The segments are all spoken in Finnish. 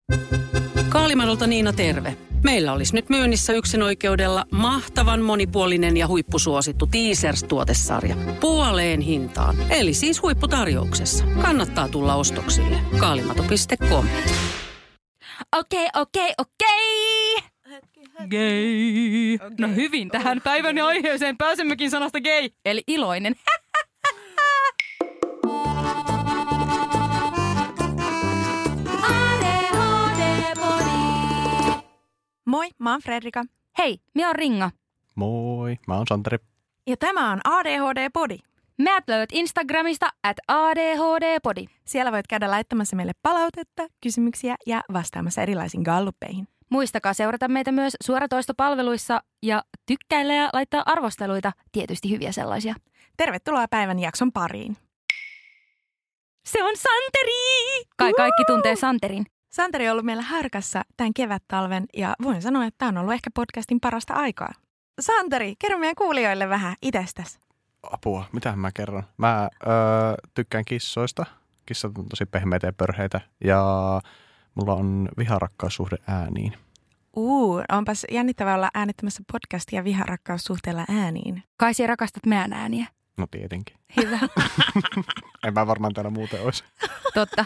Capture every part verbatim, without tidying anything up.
Kaalimadolta Niina terve. Meillä olisi nyt myynnissä yksinoikeudella mahtavan monipuolinen ja huippusuosittu Teasers-tuotesarja. Puoleen hintaan. Eli siis huipputarjouksessa. Kannattaa tulla ostoksille. Kaalimato piste com. Okei, okei, okei. Gay. Okay. No hyvin tähän päivän aiheeseen pääsemmekin sanasta gay, eli iloinen. Moi, mä oon Fredrika. Hei, mä oon Ringa. Moi, mä oon Santeri. Ja tämä on A D H D-podi. Meät löydät Instagramista at A D H D-podi. Siellä voit käydä laittamassa meille palautetta, kysymyksiä ja vastaamassa erilaisiin galluppeihin. Muistakaa seurata meitä myös suoratoistopalveluissa ja tykkäillä ja laittaa arvosteluita, tietysti hyviä sellaisia. Tervetuloa päivän jakson pariin. Se on Santeri! Kai kaikki tuntee Santerin. Santeri on ollut meillä Harkassa tämän kevät-talven ja voin sanoa, että tämä on ollut ehkä podcastin parasta aikaa. Santeri, kerro meidän kuulijoille vähän itsestäsi. Apua, mitähän mä kerron? Mä öö, tykkään kissoista. Kissat on tosi pehmeitä ja pörheitä ja mulla on viharakkaussuhde ääniin. Uu, onpas jännittävää olla äänittämässä podcastia viharakkaussuhteella ääniin. Kai sinä rakastat meidän ääniä. No tietenkin. Hyvä. En mä varmaan täällä muuten olisi. Totta.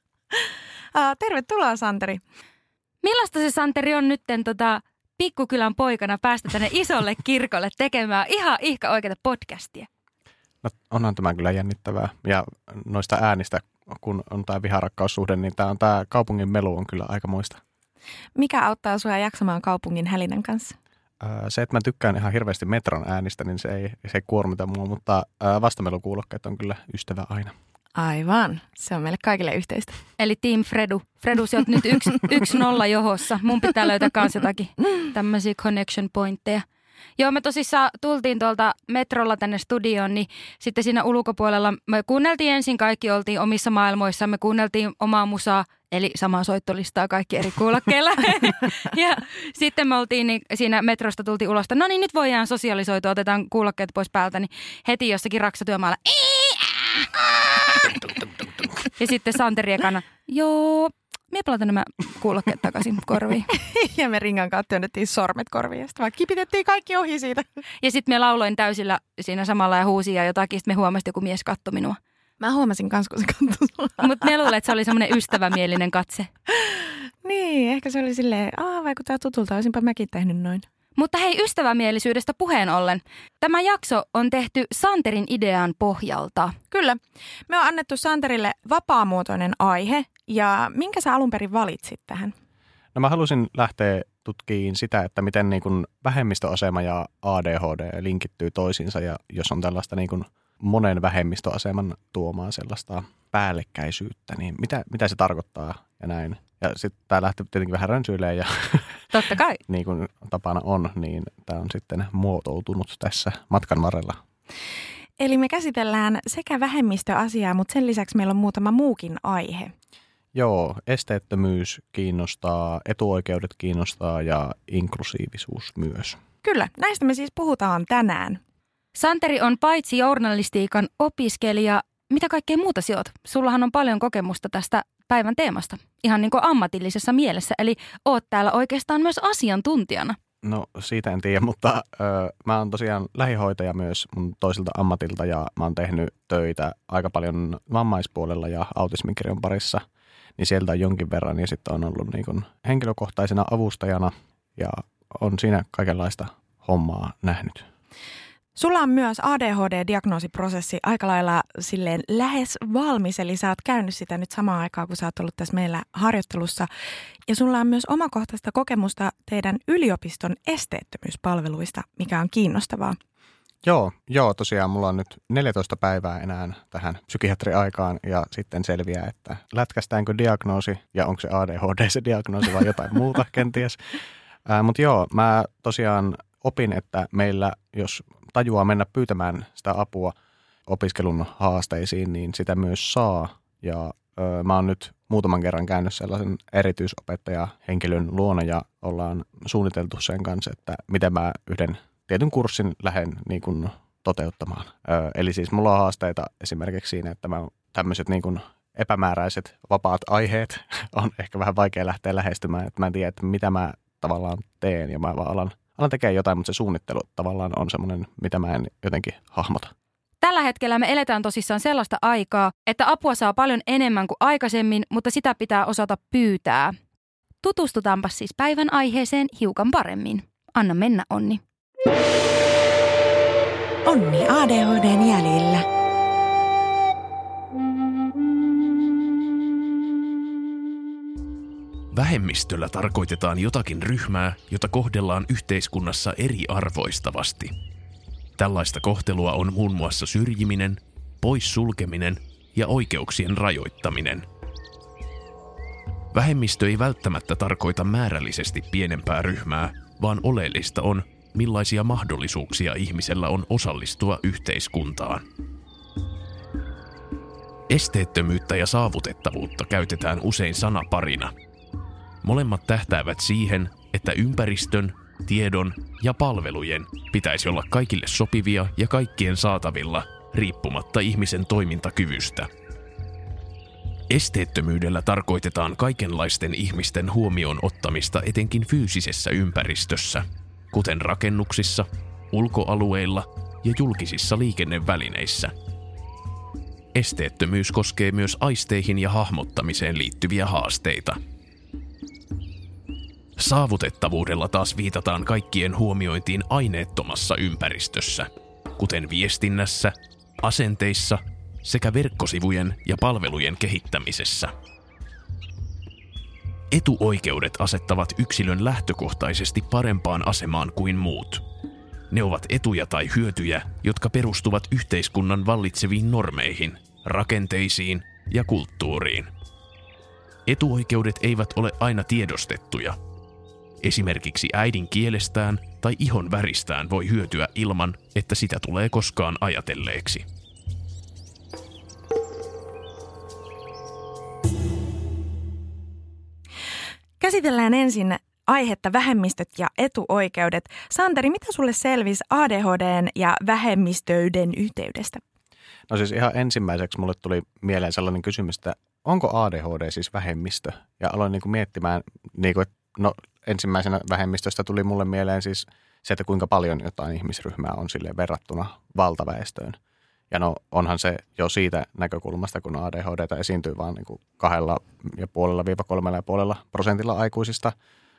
Uh, tervetuloa, Santeri. Millaista se, Santeri, on nytten tota, pikkukylän poikana päästä tänne isolle kirkolle tekemään ihan ihka oikeata podcastia? No onhan tämä kyllä jännittävää. Ja noista äänistä, kun on tämä viharakkaussuhde, niin tämä on tämä kaupungin melu on kyllä aikamoista. Mikä auttaa sinua jaksamaan kaupungin hälinän kanssa? Se, että mä tykkään ihan hirveästi metron äänistä, niin se ei, se ei kuormita mua, mutta vastamelukuulokkeet on kyllä ystävä aina. Aivan. Se on meille kaikille yhteistä. Eli Team Fredu. Fredu, sä oot nyt yksi, yksi nolla johossa. Mun pitää löytää kans jotakin tämmöisiä connection pointteja. Joo, me tosissaan tultiin tuolta metrolla tänne studioon, niin sitten siinä ulkopuolella me kuunneltiin ensin kaikki, oltiin omissa maailmoissa, me kuunneltiin omaa musaa, eli samaa soittolistaa kaikki eri kuulokkeilla. Ja sitten me oltiin, niin siinä metrosta tultiin ulos, no niin nyt voidaan sosialisoitua, otetaan kuulokkeet pois päältä, niin heti jossakin raksatyömaalla. Ja sitten Santeri ekana, joo, me palataan nämä kuulokkeet takaisin korviin. Ja me Ringan kanssa työnnettiin sormet korviin ja sitten vaan kipitettiin kaikki ohi siitä. Ja sitten me lauloin täysillä siinä samalla ja huusin ja jotakin, sitten me huomasin, että joku mies katsoi minua. Mä huomasin kans, kun se katsoi sulla. Mutta me luulen, että se oli semmoinen ystävämielinen katse. Niin, ehkä se oli silleen, aah vaikuttaa tutulta, olisinpa mäkin tehnyt noin. Mutta hei, ystävämielisyydestä puheen ollen. Tämä jakso on tehty Santerin idean pohjalta. Kyllä. Me on annettu Santerille vapaamuotoinen aihe. Ja minkä sä alun perin valitsit tähän? No mä halusin lähteä tutkimaan sitä, että miten niin kuin vähemmistöasema ja A D H D linkittyy toisiinsa. Ja jos on tällaista niin kuin monen vähemmistöaseman tuomaan sellaista päällekkäisyyttä, niin mitä, mitä se tarkoittaa ja näin. Ja sitten tämä lähti tietenkin vähän rönsyilemään ja totta kai. Niin kuin tapana on, niin tämä on sitten muotoutunut tässä matkan varrella. Eli me käsitellään sekä vähemmistöasiaa, mutta sen lisäksi meillä on muutama muukin aihe. Joo, esteettömyys kiinnostaa, etuoikeudet kiinnostaa ja inklusiivisuus myös. Kyllä, näistä me siis puhutaan tänään. Santeri on paitsi journalistiikan opiskelija, mitä kaikkea muuta sinä oot? Sullahan on paljon kokemusta tästä päivän teemasta, ihan niin kuin ammatillisessa mielessä, eli oot täällä oikeastaan myös asiantuntijana. No siitä en tiedä, mutta ö, mä oon tosiaan lähihoitaja myös mun toiselta ammatilta ja mä oon tehnyt töitä aika paljon vammaispuolella ja autismikirjon parissa, niin sieltä on jonkin verran ja sitten on ollut niin kuin henkilökohtaisena avustajana ja on siinä kaikenlaista hommaa nähnyt. Sulla on myös A D H D-diagnoosiprosessi aika lailla silleen lähes valmis, eli sä oot käynyt sitä nyt samaan aikaan, kun sä oot ollut tässä meillä harjoittelussa. Ja sulla on myös omakohtaista kokemusta teidän yliopiston esteettömyyspalveluista, mikä on kiinnostavaa. Joo, joo, tosiaan mulla on nyt neljätoista päivää enää tähän psykiatriaikaan ja sitten selviää, että lätkästäänkö diagnoosi ja onko se A D H D se diagnoosi vai jotain muuta kenties. Äh, Mutta joo, mä tosiaan opin, että meillä, jos tajuaa mennä pyytämään sitä apua opiskelun haasteisiin, niin sitä myös saa. Ja ö, mä oon nyt muutaman kerran käynyt sellaisen erityisopettajahenkilön luona ja ollaan suunniteltu sen kanssa, että miten mä yhden tietyn kurssin lähden niin kuin toteuttamaan. Ö, eli siis mulla on haasteita esimerkiksi siinä, että mä tämmöiset niin kuin epämääräiset, vapaat aiheet on ehkä vähän vaikea lähteä lähestymään. Että mä en tiedä, että mitä mä tavallaan teen ja mä vaan alan, alan tekemään jotain, mutta se suunnittelu tavallaan on semmoinen, mitä mä en jotenkin hahmota. Tällä hetkellä me eletään tosissaan sellaista aikaa, että apua saa paljon enemmän kuin aikaisemmin, mutta sitä pitää osata pyytää. Tutustutaanpa siis päivän aiheeseen hiukan paremmin. Anna mennä, Onni. Onni A D H D:n jäljillä. Vähemmistöllä tarkoitetaan jotakin ryhmää, jota kohdellaan yhteiskunnassa eriarvoistavasti. Tällaista kohtelua on muun muassa syrjiminen, poissulkeminen ja oikeuksien rajoittaminen. Vähemmistö ei välttämättä tarkoita määrällisesti pienempää ryhmää, vaan oleellista on, millaisia mahdollisuuksia ihmisellä on osallistua yhteiskuntaan. Esteettömyyttä ja saavutettavuutta käytetään usein sanaparina. Molemmat tähtäävät siihen, että ympäristön, tiedon ja palvelujen pitäisi olla kaikille sopivia ja kaikkien saatavilla, riippumatta ihmisen toimintakyvystä. Esteettömyydellä tarkoitetaan kaikenlaisten ihmisten huomioon ottamista etenkin fyysisessä ympäristössä, kuten rakennuksissa, ulkoalueilla ja julkisissa liikennevälineissä. Esteettömyys koskee myös aisteihin ja hahmottamiseen liittyviä haasteita. Saavutettavuudella taas viitataan kaikkien huomiointiin aineettomassa ympäristössä, kuten viestinnässä, asenteissa sekä verkkosivujen ja palvelujen kehittämisessä. Etuoikeudet asettavat yksilön lähtökohtaisesti parempaan asemaan kuin muut. Ne ovat etuja tai hyötyjä, jotka perustuvat yhteiskunnan vallitseviin normeihin, rakenteisiin ja kulttuuriin. Etuoikeudet eivät ole aina tiedostettuja. Esimerkiksi äidin kielestään tai ihon väristään voi hyötyä ilman, että sitä tulee koskaan ajatelleeksi. Käsitellään ensin aihetta vähemmistöt ja etuoikeudet. Santeri, mitä sulle selvisi A D H D:n ja vähemmistöiden yhteydestä? No siis ihan ensimmäiseksi mulle tuli mieleen sellainen kysymys, että onko A D H D siis vähemmistö? Ja aloin niin kuin miettimään, niin kuin, että no ensimmäisenä vähemmistöstä tuli mulle mieleen siis se, että kuinka paljon jotain ihmisryhmää on silleen verrattuna valtaväestöön. Ja no onhan se jo siitä näkökulmasta, kun A D H D:tä esiintyy vaan niin kuin kahdella ja puolella viiva kolmella ja puolella prosentilla aikuisista.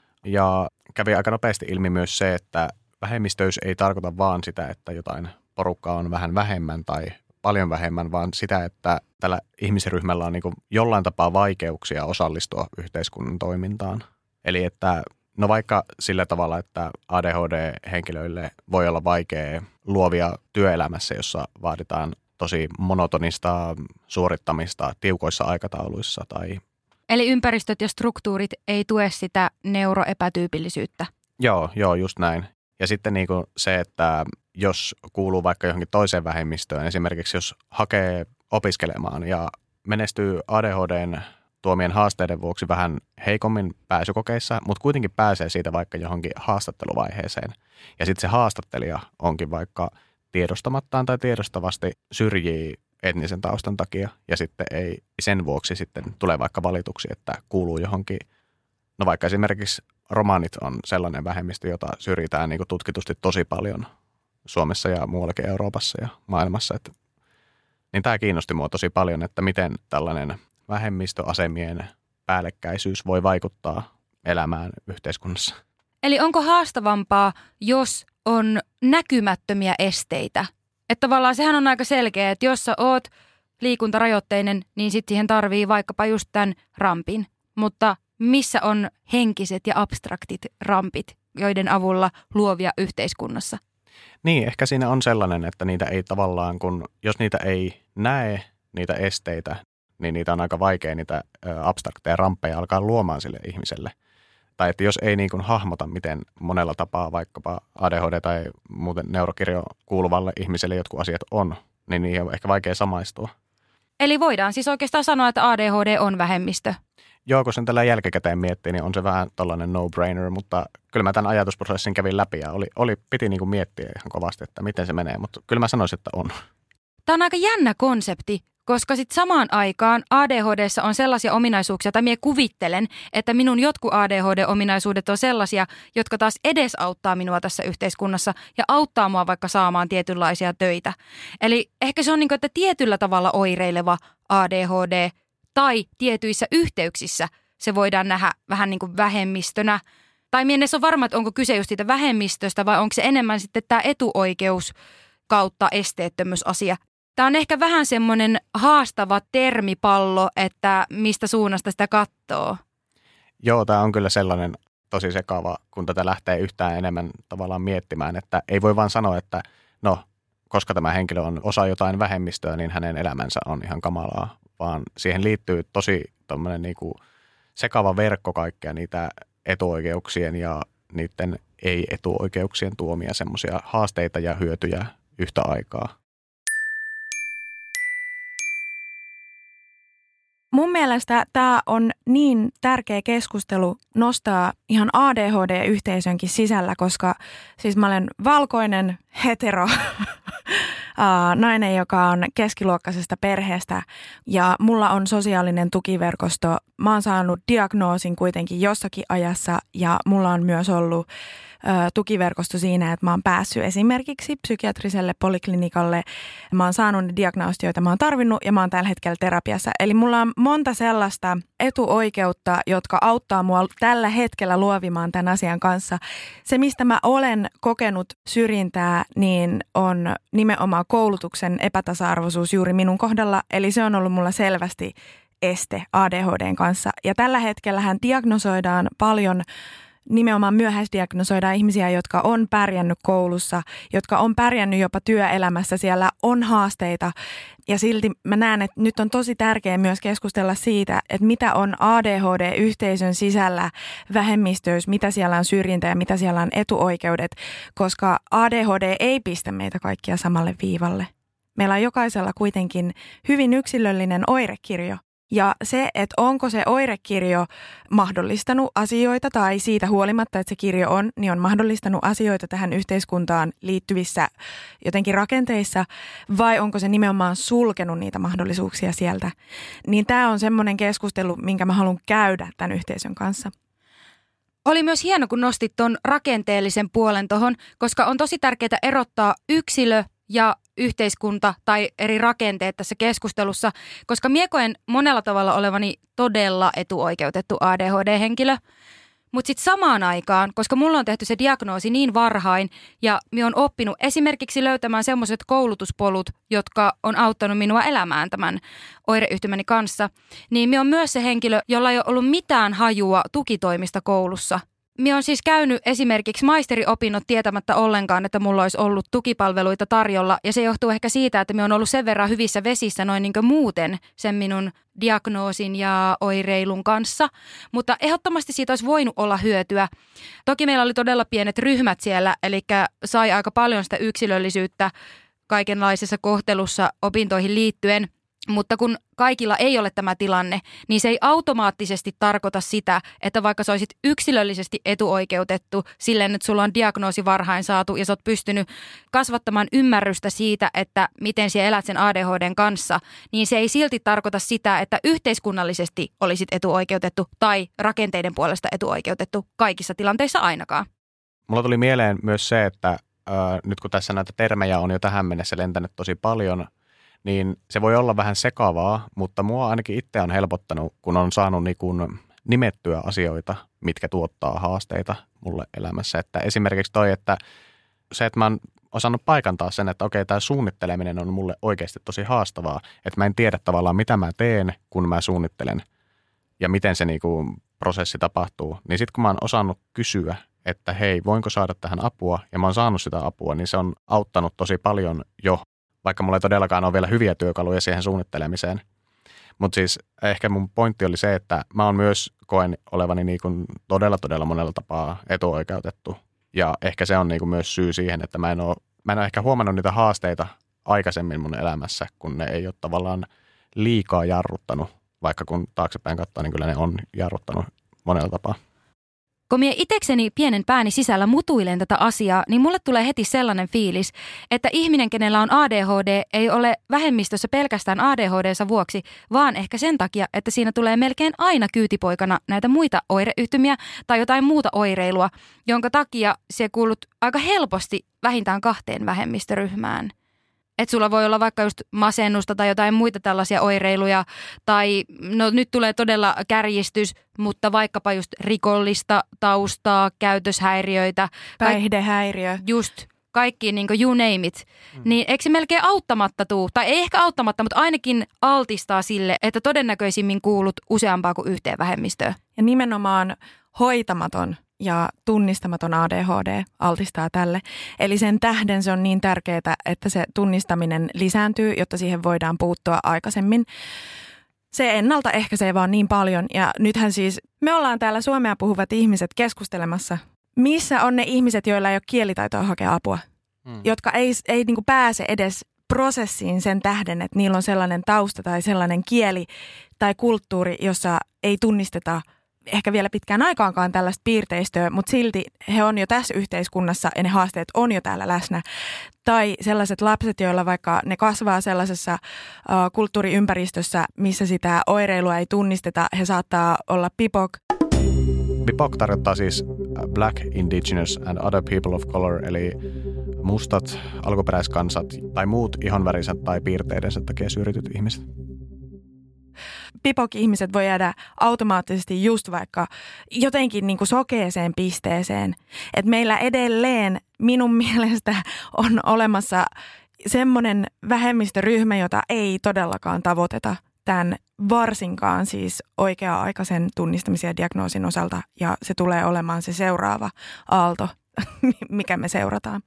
Ja kävi aika nopeasti ilmi myös se, että vähemmistöys ei tarkoita vaan sitä, että jotain porukkaa on vähän vähemmän tai paljon vähemmän, vaan sitä, että tällä ihmisryhmällä on niin kuin jollain tapaa vaikeuksia osallistua yhteiskunnan toimintaan. Eli että no vaikka sillä tavalla, että A D H D-henkilöille voi olla vaikea luovia työelämässä, jossa vaaditaan tosi monotonista suorittamista tiukoissa aikatauluissa. Tai Eli ympäristöt ja struktuurit ei tue sitä neuroepätyypillisyyttä. Joo, joo, just näin. Ja sitten niin kuin se, että jos kuuluu vaikka johonkin toiseen vähemmistöön, esimerkiksi jos hakee opiskelemaan ja menestyy A D H D:n tuomien haasteiden vuoksi vähän heikommin pääsykokeissa, mutta kuitenkin pääsee siitä vaikka johonkin haastatteluvaiheeseen. Ja sitten se haastattelija onkin vaikka tiedostamattaan tai tiedostavasti syrjii etnisen taustan takia ja sitten ei sen vuoksi sitten tule vaikka valituksi, että kuuluu johonkin, no vaikka esimerkiksi romanit on sellainen vähemmistö, jota syrjitään niin kuin tutkitusti tosi paljon Suomessa ja muuallakin Euroopassa ja maailmassa. Että, niin tämä kiinnosti mua tosi paljon, että miten tällainen vähemmistöasemien päällekkäisyys voi vaikuttaa elämään yhteiskunnassa. Eli onko haastavampaa, jos on näkymättömiä esteitä? Että tavallaan sehän on aika selkeä, että jos sä oot liikuntarajoitteinen, niin sit siihen tarvii vaikkapa just tämän rampin. Mutta missä on henkiset ja abstraktit rampit, joiden avulla luovia yhteiskunnassa? Niin, ehkä siinä on sellainen, että niitä ei tavallaan, kun jos niitä ei näe, niitä esteitä, niin niitä on aika vaikea niitä abstrakteja ramppeja alkaa luomaan sille ihmiselle. Tai että jos ei niin kuin hahmota, miten monella tapaa vaikkapa A D H D tai muuten neurokirjo kuuluvalle ihmiselle jotkut asiat on, niin niihin on ehkä vaikea samaistua. Eli voidaan siis oikeastaan sanoa, että A D H D on vähemmistö? Joo, kun sen tällä jälkikäteen miettii, niin on se vähän tollainen no-brainer, mutta kyllä mä tämän ajatusprosessin kävin läpi ja oli, oli, piti niin kuin miettiä ihan kovasti, että miten se menee, mutta kyllä mä sanoisin, että on. Tämä on aika jännä konsepti, koska sitten samaan aikaan A D H D:ssä on sellaisia ominaisuuksia, tai minä kuvittelen, että minun jotkut A D H D-ominaisuudet on sellaisia, jotka taas edesauttaa minua tässä yhteiskunnassa ja auttaa mua vaikka saamaan tietynlaisia töitä. Eli ehkä se on niin kuin, että tietyllä tavalla oireileva A D H D tai tietyissä yhteyksissä se voidaan nähdä vähän niin kuin vähemmistönä. Tai minä en edes ole varma, että onko kyse just siitä vähemmistöstä vai onko se enemmän sitten tämä etuoikeus kautta esteettömyysasia. Tämä on ehkä vähän semmoinen haastava termipallo, että mistä suunnasta sitä katsoo. Joo, tämä on kyllä sellainen tosi sekava, kun tätä lähtee yhtään enemmän tavallaan miettimään, että ei voi vaan sanoa, että no, koska tämä henkilö on osa jotain vähemmistöä, niin hänen elämänsä on ihan kamalaa, vaan siihen liittyy tosi tommoinen niinku sekava verkko kaikkea niitä etuoikeuksien ja niiden ei-etuoikeuksien tuomia semmoisia haasteita ja hyötyjä yhtä aikaa. Mun mielestä tämä on niin tärkeä keskustelu nostaa ihan A D H D-yhteisönkin sisällä, koska siis mä olen valkoinen hetero nainen, joka on keskiluokkaisesta perheestä ja mulla on sosiaalinen tukiverkosto. Mä oon saanut diagnoosin kuitenkin jossakin ajassa ja mulla on myös ollut tukiverkosto siinä, että mä oon päässyt esimerkiksi psykiatriselle poliklinikalle. Mä oon saanut ne diagnoosit, joita mä oon tarvinnut ja mä oon tällä hetkellä terapiassa. Eli mulla on monta sellaista etuoikeutta, jotka auttaa mua tällä hetkellä luovimaan tämän asian kanssa. Se, mistä mä olen kokenut syrjintää, niin on nimenomaan koulutuksen epätasa-arvoisuus juuri minun kohdalla. Eli se on ollut mulla selvästi este A D H D:n kanssa. Ja tällä hetkellähän diagnosoidaan paljon, nimenomaan myöhäisdiagnosoidaan ihmisiä, jotka on pärjännyt koulussa, jotka on pärjännyt jopa työelämässä. Siellä on haasteita ja silti mä näen, että nyt on tosi tärkeää myös keskustella siitä, että mitä on A D H D-yhteisön sisällä vähemmistöys, mitä siellä on syrjintä ja mitä siellä on etuoikeudet, koska A D H D ei pistä meitä kaikkia samalle viivalle. Meillä on jokaisella kuitenkin hyvin yksilöllinen oirekirjo. Ja se, että onko se oirekirjo mahdollistanut asioita tai siitä huolimatta, että se kirjo on, niin on mahdollistanut asioita tähän yhteiskuntaan liittyvissä jotenkin rakenteissa, vai onko se nimenomaan sulkenut niitä mahdollisuuksia sieltä. Niin tämä on semmoinen keskustelu, minkä mä haluan käydä tämän yhteisön kanssa. Oli myös hieno, kun nostit tuon rakenteellisen puolen tuohon, koska on tosi tärkeää erottaa yksilö ja yhteiskunta tai eri rakenteet tässä keskustelussa, koska mie koen monella tavalla olevani todella etuoikeutettu A D H D-henkilö. Mutta sitten samaan aikaan, koska mulla on tehty se diagnoosi niin varhain ja mie on oppinut esimerkiksi löytämään semmoiset koulutuspolut, jotka on auttanut minua elämään tämän oireyhtymäni kanssa, niin mie on myös se henkilö, jolla ei ole ollut mitään hajua tukitoimista koulussa. Minä olen siis käynyt esimerkiksi maisteriopinnot tietämättä ollenkaan, että mulla olisi ollut tukipalveluita tarjolla. Ja se johtuu ehkä siitä, että minä olen ollut sen verran hyvissä vesissä noin niin kuin muuten sen minun diagnoosin ja oireilun kanssa. Mutta ehdottomasti siitä olisi voinut olla hyötyä. Toki meillä oli todella pienet ryhmät siellä, eli sai aika paljon sitä yksilöllisyyttä kaikenlaisessa kohtelussa opintoihin liittyen. Mutta kun kaikilla ei ole tämä tilanne, niin se ei automaattisesti tarkoita sitä, että vaikka sä olisit yksilöllisesti etuoikeutettu silleen, että sulla on diagnoosi varhain saatu ja sä oot pystynyt kasvattamaan ymmärrystä siitä, että miten sä elät sen A D H D:n kanssa, niin se ei silti tarkoita sitä, että yhteiskunnallisesti olisit etuoikeutettu tai rakenteiden puolesta etuoikeutettu kaikissa tilanteissa ainakaan. Mulla tuli mieleen myös se, että äh, nyt kun tässä näitä termejä on jo tähän mennessä lentänyt tosi paljon, niin se voi olla vähän sekavaa, mutta mua ainakin itse on helpottanut, kun on saanut niin kuin nimettyä asioita, mitkä tuottaa haasteita mulle elämässä. Että esimerkiksi toi, että se, että mä oon osannut paikantaa sen, että okei, tämä suunnitteleminen on mulle oikeasti tosi haastavaa. Että mä en tiedä tavallaan, mitä mä teen, kun mä suunnittelen ja miten se niin kuin prosessi tapahtuu. Niin sitten kun mä oon osannut kysyä, että hei, voinko saada tähän apua, ja mä oon saanut sitä apua, niin se on auttanut tosi paljon jo. Vaikka mulla ei todellakaan ole vielä hyviä työkaluja siihen suunnittelemiseen. Mutta siis ehkä mun pointti oli se, että mä oon myös koen olevani niin kuin todella todella monella tapaa etuoikeutettu. Ja ehkä se on niin kuin myös syy siihen, että mä en, ole, mä en ole ehkä huomannut niitä haasteita aikaisemmin mun elämässä, kun ne ei ole tavallaan liikaa jarruttanut. Vaikka kun taaksepäin katsoo, niin kyllä ne on jarruttanut monella tapaa. Kun minä itekseni pienen pääni sisällä mutuilen tätä asiaa, niin mulle tulee heti sellainen fiilis, että ihminen, kenellä on A D H D, ei ole vähemmistössä pelkästään A D H D:nsa vuoksi, vaan ehkä sen takia, että siinä tulee melkein aina kyytipoikana näitä muita oireyhtymiä tai jotain muuta oireilua, jonka takia se kuulut aika helposti vähintään kahteen vähemmistöryhmään. Että sulla voi olla vaikka just masennusta tai jotain muita tällaisia oireiluja tai no nyt tulee todella kärjistys, mutta vaikkapa just rikollista taustaa, käytöshäiriöitä. Päihdehäiriö. Just kaikki niin kuin you name it. Mm. Niin eikö se melkein auttamatta tuu, tai ei ehkä auttamatta, mutta ainakin altistaa sille, että todennäköisimmin kuulut useampaa kuin yhteen vähemmistöön. Ja nimenomaan hoitamaton ja tunnistamaton A D H D altistaa tälle. Eli sen tähden se on niin tärkeää, että se tunnistaminen lisääntyy, jotta siihen voidaan puuttua aikaisemmin. Se ennaltaehkäisee vaan niin paljon ja nythän siis me ollaan täällä suomea puhuvat ihmiset keskustelemassa. Missä on ne ihmiset, joilla ei ole kielitaitoa hakea apua, hmm. jotka ei, ei niin kuin pääse edes prosessiin sen tähden, että niillä on sellainen tausta tai sellainen kieli tai kulttuuri, jossa ei tunnisteta ehkä vielä pitkään aikaankaan tällaista piirteistöä, mutta silti he on jo tässä yhteiskunnassa ja ne haasteet on jo täällä läsnä. Tai sellaiset lapset, joilla vaikka ne kasvaa sellaisessa uh, kulttuuriympäristössä, missä sitä oireilua ei tunnisteta, he saattaa olla B I P O C. B I P O C tarkoittaa siis Black, Indigenous and Other People of Color, eli mustat, alkuperäiskansat tai muut ihonväriset tai piirteidensä takia syrjityt ihmiset. B I P O C-ihmiset voi jäädä automaattisesti just vaikka jotenkin niin kuin sokeeseen pisteeseen. Et meillä edelleen minun mielestä on olemassa semmoinen vähemmistöryhmä, jota ei todellakaan tavoiteta tämän varsinkaan siis oikea-aikaisen tunnistamisen ja diagnoosin osalta. Ja se tulee olemaan se seuraava aalto, mikä me seurataan.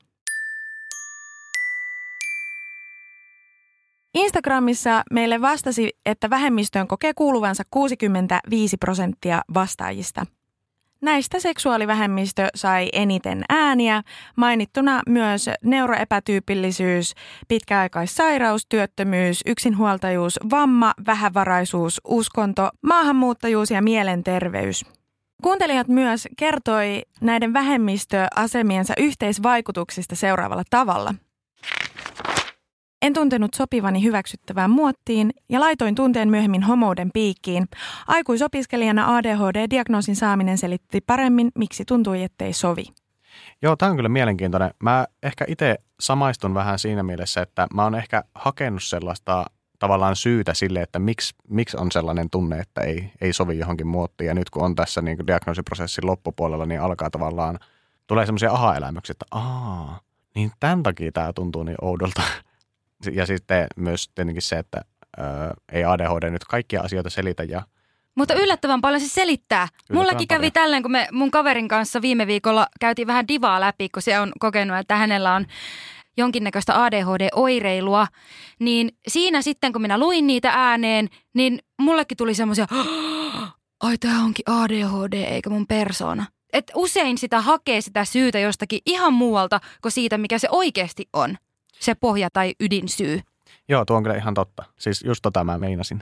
Instagramissa meille vastasi, että vähemmistöön kokee kuuluvansa kuusikymmentäviisi prosenttia vastaajista. Näistä seksuaalivähemmistö sai eniten ääniä, mainittuna myös neuroepätyypillisyys, pitkäaikaissairaus, työttömyys, yksinhuoltajuus, vamma, vähävaraisuus, uskonto, maahanmuuttajuus ja mielenterveys. Kuuntelijat myös kertoi näiden vähemmistöasemiensa yhteisvaikutuksista seuraavalla tavalla. En tuntenut sopivani hyväksyttävään muottiin ja laitoin tunteen myöhemmin homouden piikkiin. Aikuisopiskelijana A D H D-diagnoosin saaminen selitti paremmin, miksi tuntui, ettei sovi. Joo, tämä on kyllä mielenkiintoinen. Mä ehkä itse samaistun vähän siinä mielessä, että mä oon ehkä hakenut sellaista tavallaan syytä sille, että miksi, miksi on sellainen tunne, että ei, ei sovi johonkin muottiin. Ja nyt kun on tässä niin kuin diagnoosiprosessin loppupuolella, niin alkaa tavallaan, tulee semmoisia aha-elämyksiä, että aa, niin tämän takia tämä tuntuu niin oudolta. Ja sitten myös tietenkin se, että ää, ei A D H D nyt kaikkia asioita selitä. Ja mutta yllättävän paljon se selittää. Yllättävän Mullakin kävi paljon. Tälleen, kun me mun kaverin kanssa viime viikolla käytiin vähän divaa läpi, kun se on kokenut, että hänellä on jonkinnäköistä A D H D-oireilua. Niin siinä sitten, kun minä luin niitä ääneen, niin mullekin tuli semmoisia, ai tää onkin A D H D eikä mun persoona. Et usein sitä hakee sitä syytä jostakin ihan muualta kuin siitä, mikä se oikeasti on. Se pohja tai ydinsyy. Joo, tuo on kyllä ihan totta. Siis just tota mä meinasin.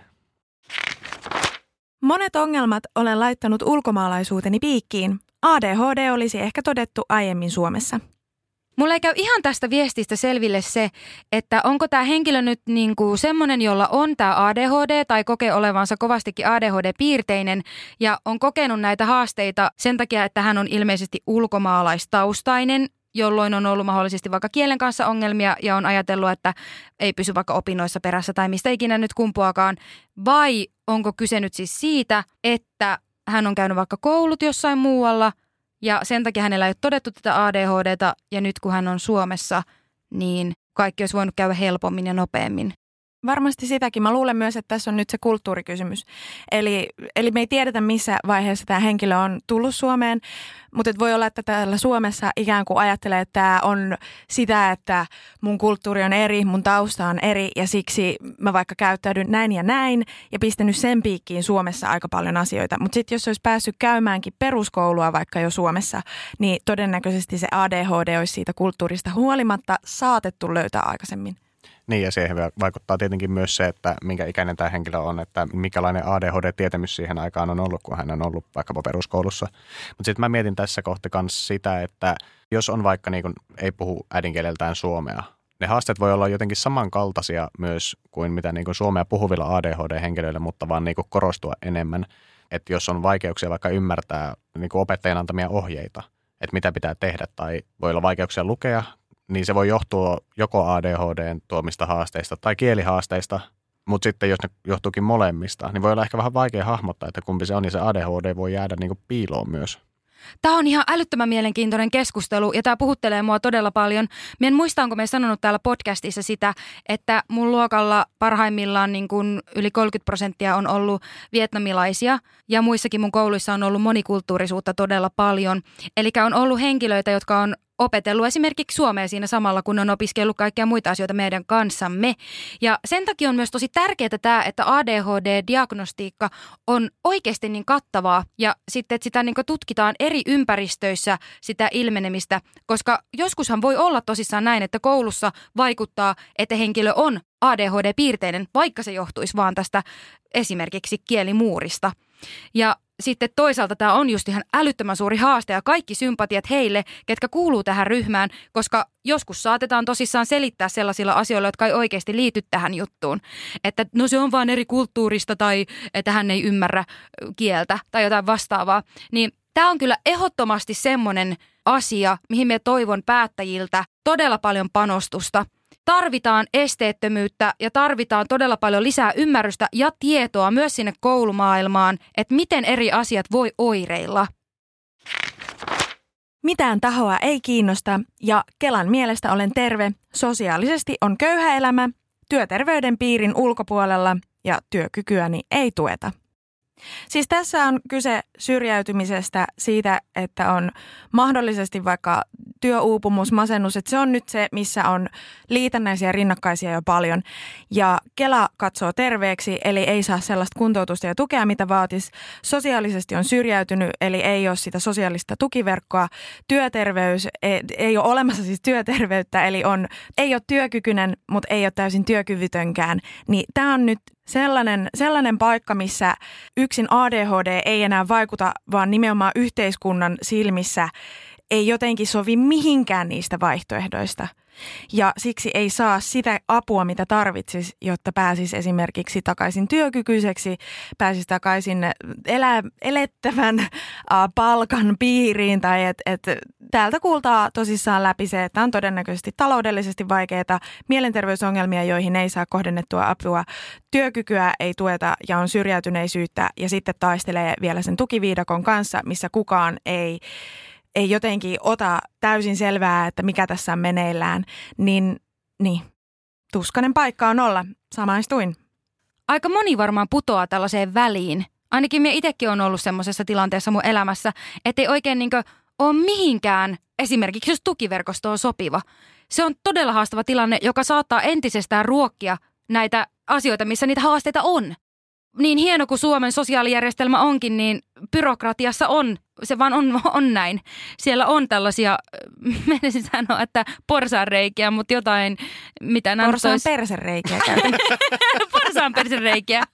Monet ongelmat olen laittanut ulkomaalaisuuteni piikkiin. A D H D olisi ehkä todettu aiemmin Suomessa. Mulla ei käy ihan tästä viestistä selville se, että onko tämä henkilö nyt niinku semmoinen, jolla on tämä A D H D tai kokee olevansa kovastikin A D H D-piirteinen ja on kokenut näitä haasteita sen takia, että hän on ilmeisesti ulkomaalaistaustainen, jolloin on ollut mahdollisesti vaikka kielen kanssa ongelmia ja on ajatellut, että ei pysy vaikka opinnoissa perässä tai mistä ikinä nyt kumpuakaan. Vai onko kyse nyt siis siitä, että hän on käynyt vaikka koulut jossain muualla ja sen takia hänellä ei ole todettu tätä A D H D:tä ja nyt kun hän on Suomessa, niin kaikki olisi voinut käydä helpommin ja nopeammin. Varmasti sitäkin. Mä luulen myös, että tässä on nyt se kulttuurikysymys. Eli, eli me ei tiedetä, missä vaiheessa tämä henkilö on tullut Suomeen, mutta voi olla, että täällä Suomessa ikään kuin ajattelee, että tämä on sitä, että mun kulttuuri on eri, mun tausta on eri ja siksi mä vaikka käyttäydyn näin ja näin ja pistänyt sen piikkiin Suomessa aika paljon asioita. Mutta sitten jos olisi päässyt käymäänkin peruskoulua vaikka jo Suomessa, niin todennäköisesti se A D H D olisi siitä kulttuurista huolimatta saatettu löytää aikaisemmin. Niin, ja siihen vaikuttaa tietenkin myös se, että minkä ikäinen tämä henkilö on, että mikälainen A D H D-tietämys siihen aikaan on ollut, kun hän on ollut vaikkapa peruskoulussa. Mutta sitten mä mietin tässä kohti myös sitä, että jos on vaikka niin kun ei puhu äidinkieleltään suomea, ne haasteet voi olla jotenkin samankaltaisia myös kuin mitä niin kun suomea puhuvilla A D H D-henkilöillä, mutta vaan niin kun korostua enemmän. Että jos on vaikeuksia vaikka ymmärtää niin kun opettajan antamia ohjeita, että mitä pitää tehdä tai voi olla vaikeuksia lukea, niin se voi johtua joko A D H D:n tuomista haasteista tai kielihaasteista, mutta sitten jos ne johtuukin molemmista, niin voi olla ehkä vähän vaikea hahmottaa, että kumpi se on, ja se A D H D voi jäädä niin kuin piiloon myös. Tämä on ihan älyttömän mielenkiintoinen keskustelu ja tämä puhuttelee mua todella paljon. Mä en muista, onko me sanonut täällä podcastissa sitä, että mun luokalla parhaimmillaan niin kuin yli kolmekymmentä prosenttia on ollut vietnamilaisia ja muissakin mun kouluissa on ollut monikulttuurisuutta todella paljon. Eli on ollut henkilöitä, jotka on opetellut esimerkiksi suomea siinä samalla, kun on opiskellut kaikkia muita asioita meidän kanssamme. Ja sen takia on myös tosi tärkeää tämä, että A D H D-diagnostiikka on oikeasti niin kattavaa ja sitten, että sitä niin kuin tutkitaan eri ympäristöissä sitä ilmenemistä, koska joskushan voi olla tosissaan näin, että koulussa vaikuttaa, että henkilö on A D H D-piirteinen, vaikka se johtuisi vaan tästä esimerkiksi kielimuurista. Ja sitten toisaalta tämä on just ihan älyttömän suuri haaste ja kaikki sympatiat heille, ketkä kuuluu tähän ryhmään, koska joskus saatetaan tosissaan selittää sellaisilla asioilla, jotka ei oikeasti liity tähän juttuun. Että no se on vaan eri kulttuurista tai että hän ei ymmärrä kieltä tai jotain vastaavaa. Niin tämä on kyllä ehdottomasti semmoinen asia, mihin me toivon päättäjiltä todella paljon panostusta. Tarvitaan esteettömyyttä ja tarvitaan todella paljon lisää ymmärrystä ja tietoa myös sinne koulumaailmaan, että miten eri asiat voi oireilla. Mitään tahoa ei kiinnosta ja Kelan mielestä olen terve, sosiaalisesti on köyhä elämä, työterveyden piirin ulkopuolella ja työkykyäni ei tueta. Siis tässä on kyse syrjäytymisestä siitä, että on mahdollisesti vaikka työuupumus, masennus, että se on nyt se, missä on liitännäisiä rinnakkaisia jo paljon. Ja Kela katsoo terveeksi, eli ei saa sellaista kuntoutusta ja tukea, mitä vaatisi. Sosiaalisesti on syrjäytynyt, eli ei ole sitä sosiaalista tukiverkkoa. Työterveys, ei, ei ole olemassa siis työterveyttä, eli on, ei ole työkykyinen, mutta ei ole täysin työkyvytönkään. Niin tämä on nyt Sellainen, sellainen paikka, missä yksin A D H D ei enää vaikuta, vaan nimenomaan yhteiskunnan silmissä ei jotenkin sovi mihinkään niistä vaihtoehdoista. Ja siksi ei saa sitä apua, mitä tarvitsisi, jotta pääsisi esimerkiksi takaisin työkykyiseksi, pääsisi takaisin elä, elettävän äh, palkan piiriin. Tai et, et, täältä kuultaa tosissaan läpi se, että on todennäköisesti taloudellisesti vaikeita mielenterveysongelmia, joihin ei saa kohdennettua apua. Työkykyä ei tueta ja on syrjäytyneisyyttä ja sitten taistelee vielä sen tukiviidakon kanssa, missä kukaan ei... ei jotenkin ota täysin selvää, että mikä tässä on meneillään, niin, niin tuskainen paikka on olla. Samaistuin. Aika moni varmaan putoaa tällaiseen väliin. Ainakin minä itsekin olen ollut semmoisessa tilanteessa mun elämässä, ettei oikein niin kuin ole mihinkään, esimerkiksi jos tukiverkosto on sopiva. Se on todella haastava tilanne, joka saattaa entisestään ruokkia näitä asioita, missä niitä haasteita on. Niin hieno kuin Suomen sosiaalijärjestelmä onkin, niin byrokratiassa on, se vaan on, on näin. Siellä on tällaisia, menisin sanoa, että porsaanreikiä, mutta jotain, mitä nämä Porsaan olisi... persereikiä käytän. Porsaan persereikiä.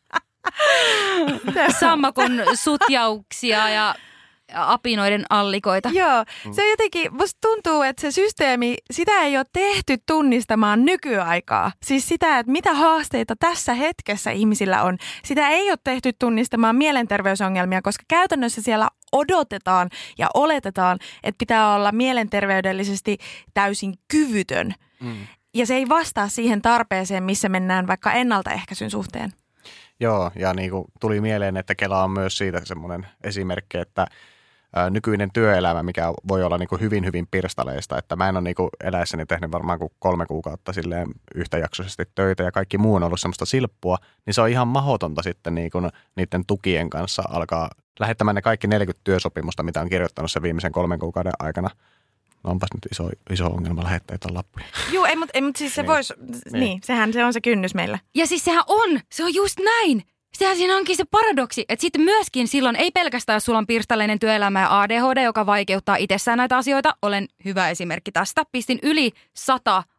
Sama kuin sutjauksia ja apinoiden allikoita. Joo, se jotenkin, musta tuntuu, että se systeemi, sitä ei ole tehty tunnistamaan nykyaikaa. Siis sitä, että mitä haasteita tässä hetkessä ihmisillä on. Sitä ei ole tehty tunnistamaan mielenterveysongelmia, koska käytännössä siellä odotetaan ja oletetaan, että pitää olla mielenterveydellisesti täysin kyvytön. Mm. Ja se ei vastaa siihen tarpeeseen, missä mennään vaikka ennaltaehkäisyn suhteen. Joo, ja niin kuin tuli mieleen, että Kela on myös siitä semmoinen esimerkki, että ä, nykyinen työelämä, mikä voi olla niin kuin hyvin, hyvin pirstaleista, että mä en ole niin kuin eläessäni tehnyt varmaan kuin kolme kuukautta silleen yhtäjaksoisesti töitä ja kaikki muu on ollut semmoista silppua, niin se on ihan mahdotonta sitten niin kuin niiden tukien kanssa alkaa lähettämään ne kaikki neljäkymmentä työsopimusta, mitä on kirjoittanut sen viimeisen kolmen kuukauden aikana. No onpas nyt iso, iso ongelma lähettää jotain lappuja. Joo, ei, mutta mut siis se niin. voisi, niin. niin, sehän se on se kynnys meillä. Ja siis sehän on, se on just näin. Sehän siinä onkin se paradoksi, että sitten myöskin silloin ei pelkästään, jos sulla on pirstaleinen työelämä ja A D H D, joka vaikeuttaa itsessään näitä asioita. Olen hyvä esimerkki tästä. Pistin yli sata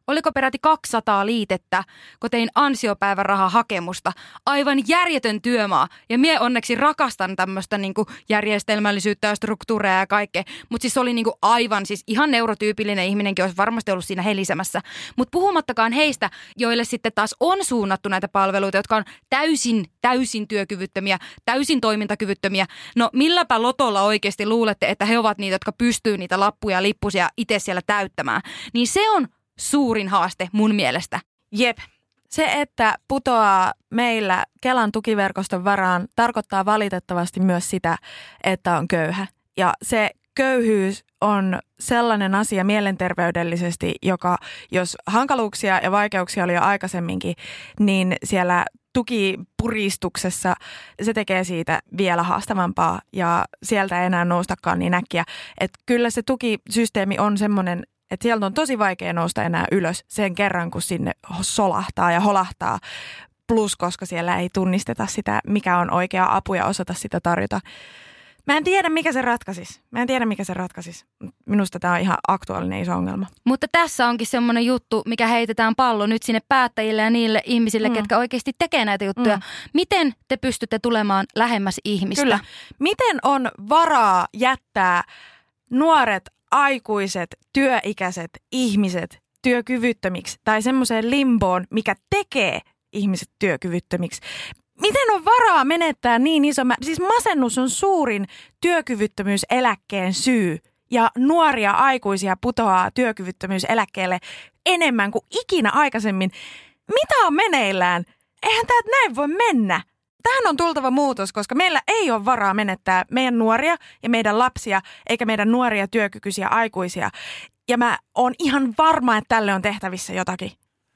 oliko peräti kaksisataa liitettä, kun tein ansiopäivärahahakemusta. Aivan järjetön työmaa. Ja mie onneksi rakastan tämmöistä niinku järjestelmällisyyttä ja struktuureja ja kaikkea. Mutta siis se oli niinku aivan, siis ihan neurotyypillinen ihminenkin olisi varmasti ollut siinä helisemässä. Mutta puhumattakaan heistä, joille sitten taas on suunnattu näitä palveluita, jotka on täysin, täysin työkyvyttömiä, täysin toimintakyvyttömiä. No milläpä lotolla oikeasti luulette, että he ovat niitä, jotka pystyy niitä lappuja ja lippusia itse siellä täyttämään. Niin se on suurin haaste mun mielestä. Jep. Se, että putoaa meillä Kelan tukiverkoston varaan, tarkoittaa valitettavasti myös sitä, että on köyhä. Ja se köyhyys on sellainen asia mielenterveydellisesti, joka jos hankaluuksia ja vaikeuksia oli jo aikaisemminkin, niin siellä tukipuristuksessa se tekee siitä vielä haastavampaa ja sieltä ei enää noustakaan niin äkkiä. Että kyllä se tukisysteemi on semmoinen, että sieltä on tosi vaikea nousta enää ylös sen kerran, kun sinne solahtaa ja holahtaa. Plus, koska siellä ei tunnisteta sitä, mikä on oikea apu ja osata sitä tarjota. Mä en tiedä, mikä se ratkaisisi. Mä en tiedä, mikä se ratkaisisi. Minusta tämä on ihan aktuaalinen iso ongelma. Mutta tässä onkin semmoinen juttu, mikä heitetään pallo nyt sinne päättäjille ja niille ihmisille, mm. ketkä oikeasti tekee näitä juttuja. Mm. Miten te pystytte tulemaan lähemmäs ihmistä? Kyllä. Miten on varaa jättää nuoret, aikuiset, työikäiset ihmiset työkyvyttömiksi tai semmoiseen limboon, mikä tekee ihmiset työkyvyttömiksi? Miten on varaa menettää niin iso määrä? Siis masennus on suurin työkyvyttömyyseläkkeen syy ja nuoria aikuisia putoaa työkyvyttömyyseläkkeelle enemmän kuin ikinä aikaisemmin. Mitä on meneillään? Eihän tämä näin voi mennä. Tähän on tultava muutos, koska meillä ei ole varaa menettää meidän nuoria ja meidän lapsia eikä meidän nuoria työkykyisiä aikuisia. Ja mä oon ihan varma, että tälle on tehtävissä jotakin.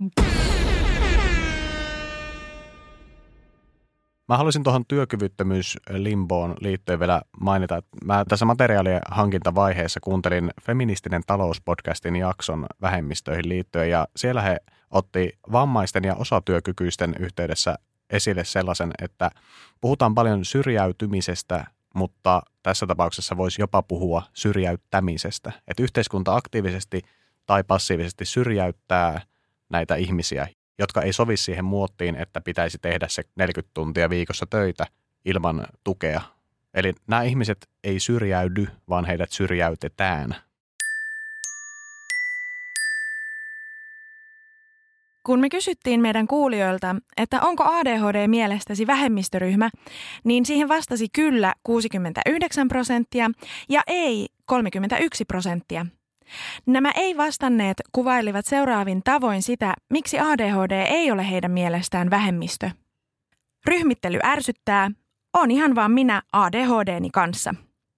Mä haluaisin tuohon työkyvyttömyyslimboon liittyen vielä mainita, että mä tässä materiaalien hankintavaiheessa kuuntelin Feministinen talouspodcastin jakson vähemmistöihin liittyen ja siellä he otti vammaisten ja osatyökykyisten yhteydessä esille sellaisen, että puhutaan paljon syrjäytymisestä, mutta tässä tapauksessa voisi jopa puhua syrjäyttämisestä. Että yhteiskunta aktiivisesti tai passiivisesti syrjäyttää näitä ihmisiä, jotka ei sovi siihen muottiin, että pitäisi tehdä se neljäkymmentä tuntia viikossa töitä ilman tukea. Eli nämä ihmiset ei syrjäydy, vaan heidät syrjäytetään. Kun me kysyttiin meidän kuulijoilta, että onko A D H D mielestäsi vähemmistöryhmä, niin siihen vastasi kyllä kuusikymmentäyhdeksän prosenttia ja ei kolmekymmentäyksi prosenttia. Nämä ei-vastanneet kuvailivat seuraavin tavoin sitä, miksi A D H D ei ole heidän mielestään vähemmistö. Ryhmittely ärsyttää, on ihan vaan minä A D H D:ni kanssa.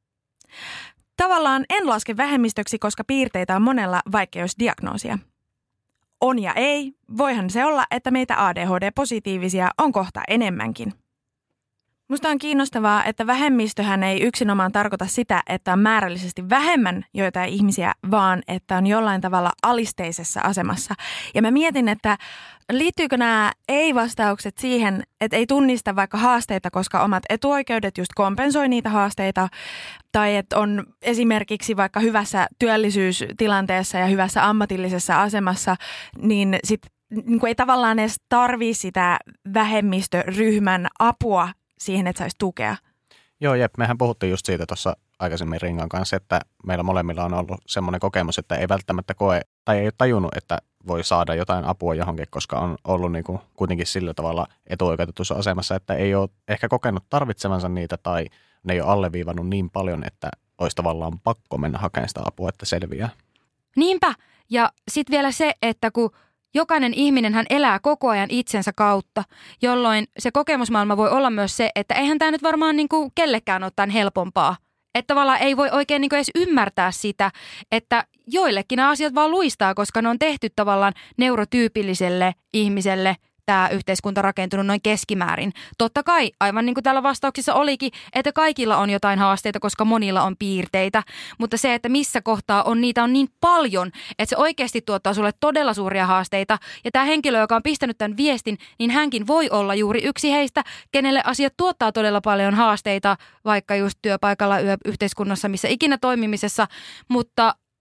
Tavallaan en laske vähemmistöksi, koska piirteitä on monella, vaikka jos diagnoosia. On ja ei, voihan se olla, että meitä A D H D-positiivisia on kohta enemmänkin. Musta on kiinnostavaa, että vähemmistöhän ei yksinomaan tarkoita sitä, että on määrällisesti vähemmän joitain ihmisiä, vaan että on jollain tavalla alisteisessa asemassa. Ja mä mietin, että liittyykö nämä ei-vastaukset siihen, että ei tunnista vaikka haasteita, koska omat etuoikeudet just kompensoi niitä haasteita, tai että on esimerkiksi vaikka hyvässä työllisyystilanteessa ja hyvässä ammatillisessa asemassa, niin sitten niin ei tavallaan edes tarvitse sitä vähemmistöryhmän apua siihen, että saisi tukea. Joo, jep. Mehän puhuttiin just siitä tuossa aikaisemmin Ringan kanssa, että meillä molemmilla on ollut semmoinen kokemus, että ei välttämättä koe tai ei ole tajunnut, että voi saada jotain apua johonkin, koska on ollut niin kuin kuitenkin sillä tavalla etuoikeutetussa asemassa, että ei ole ehkä kokenut tarvitsevansa niitä tai ne ei ole alleviivannut niin paljon, että olisi tavallaan pakko mennä hakemaan sitä apua, että selviää. Niinpä. Ja sitten vielä se, että kun jokainen ihminen hän elää koko ajan itsensä kautta, jolloin se kokemusmaailma voi olla myös se, että eihän tämä nyt varmaan niin kuin kellekään ole tämän helpompaa. Että tavallaan ei voi oikein niin kuin edes ymmärtää sitä, että joillekin nämä asiat vaan luistaa, koska ne on tehty tavallaan neurotyypilliselle ihmiselle tämä yhteiskunta rakentunut noin keskimäärin. Totta kai, aivan niin kuin täällä vastauksissa olikin, että kaikilla on jotain haasteita, koska monilla on piirteitä, mutta se, että missä kohtaa on niitä on niin paljon, että se oikeasti tuottaa sulle todella suuria haasteita. Ja tämä henkilö, joka on pistänyt tämän viestin, niin hänkin voi olla juuri yksi heistä, kenelle asiat tuottaa todella paljon haasteita, vaikka just työpaikalla, yö, yhteiskunnassa, missä ikinä toimimisessa, mutta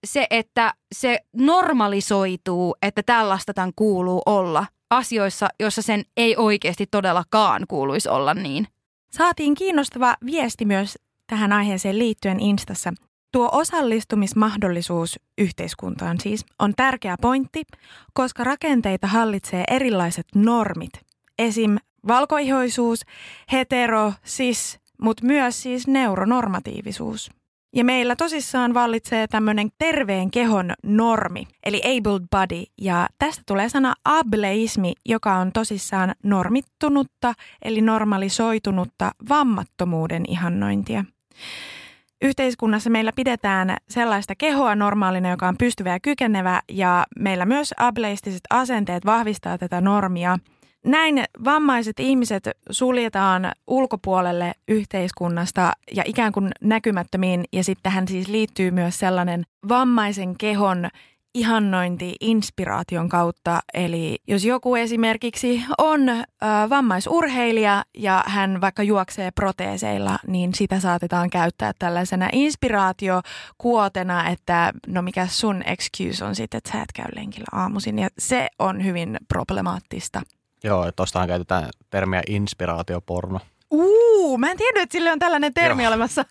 se, että se normalisoituu, että tällaista tämän kuuluu olla asioissa, joissa sen ei oikeasti todellakaan kuuluisi olla niin. Saatiin kiinnostava viesti myös tähän aiheeseen liittyen Instassa. Tuo osallistumismahdollisuus yhteiskuntaan siis on tärkeä pointti, koska rakenteita hallitsee erilaiset normit. Esim. Valkoihoisuus, hetero, cis, mutta myös siis neuronormatiivisuus. Ja meillä tosissaan vallitsee tämmöinen terveen kehon normi, eli abled body. Ja tästä tulee sana ableismi, joka on tosissaan normittunutta, eli normalisoitunutta vammattomuuden ihannointia. Yhteiskunnassa meillä pidetään sellaista kehoa normaalina, joka on pystyvä ja kykenevä, ja meillä myös ableistiset asenteet vahvistaa tätä normia. Näin vammaiset ihmiset suljetaan ulkopuolelle yhteiskunnasta ja ikään kuin näkymättömiin, ja sitten tähän siis liittyy myös sellainen vammaisen kehon ihannointi inspiraation kautta. Eli jos joku esimerkiksi on ö, vammaisurheilija ja hän vaikka juoksee proteeseilla, niin sitä saatetaan käyttää tällaisena inspiraatiokuotena, että no mikä sun excuse on sitten, että sä et käy lenkillä aamuisin, ja se on hyvin problemaattista. Joo, tuostahan käytetään termiä inspiraatioporno. Uu, mä en tiedä, että sille on tällainen termi Joo. olemassa.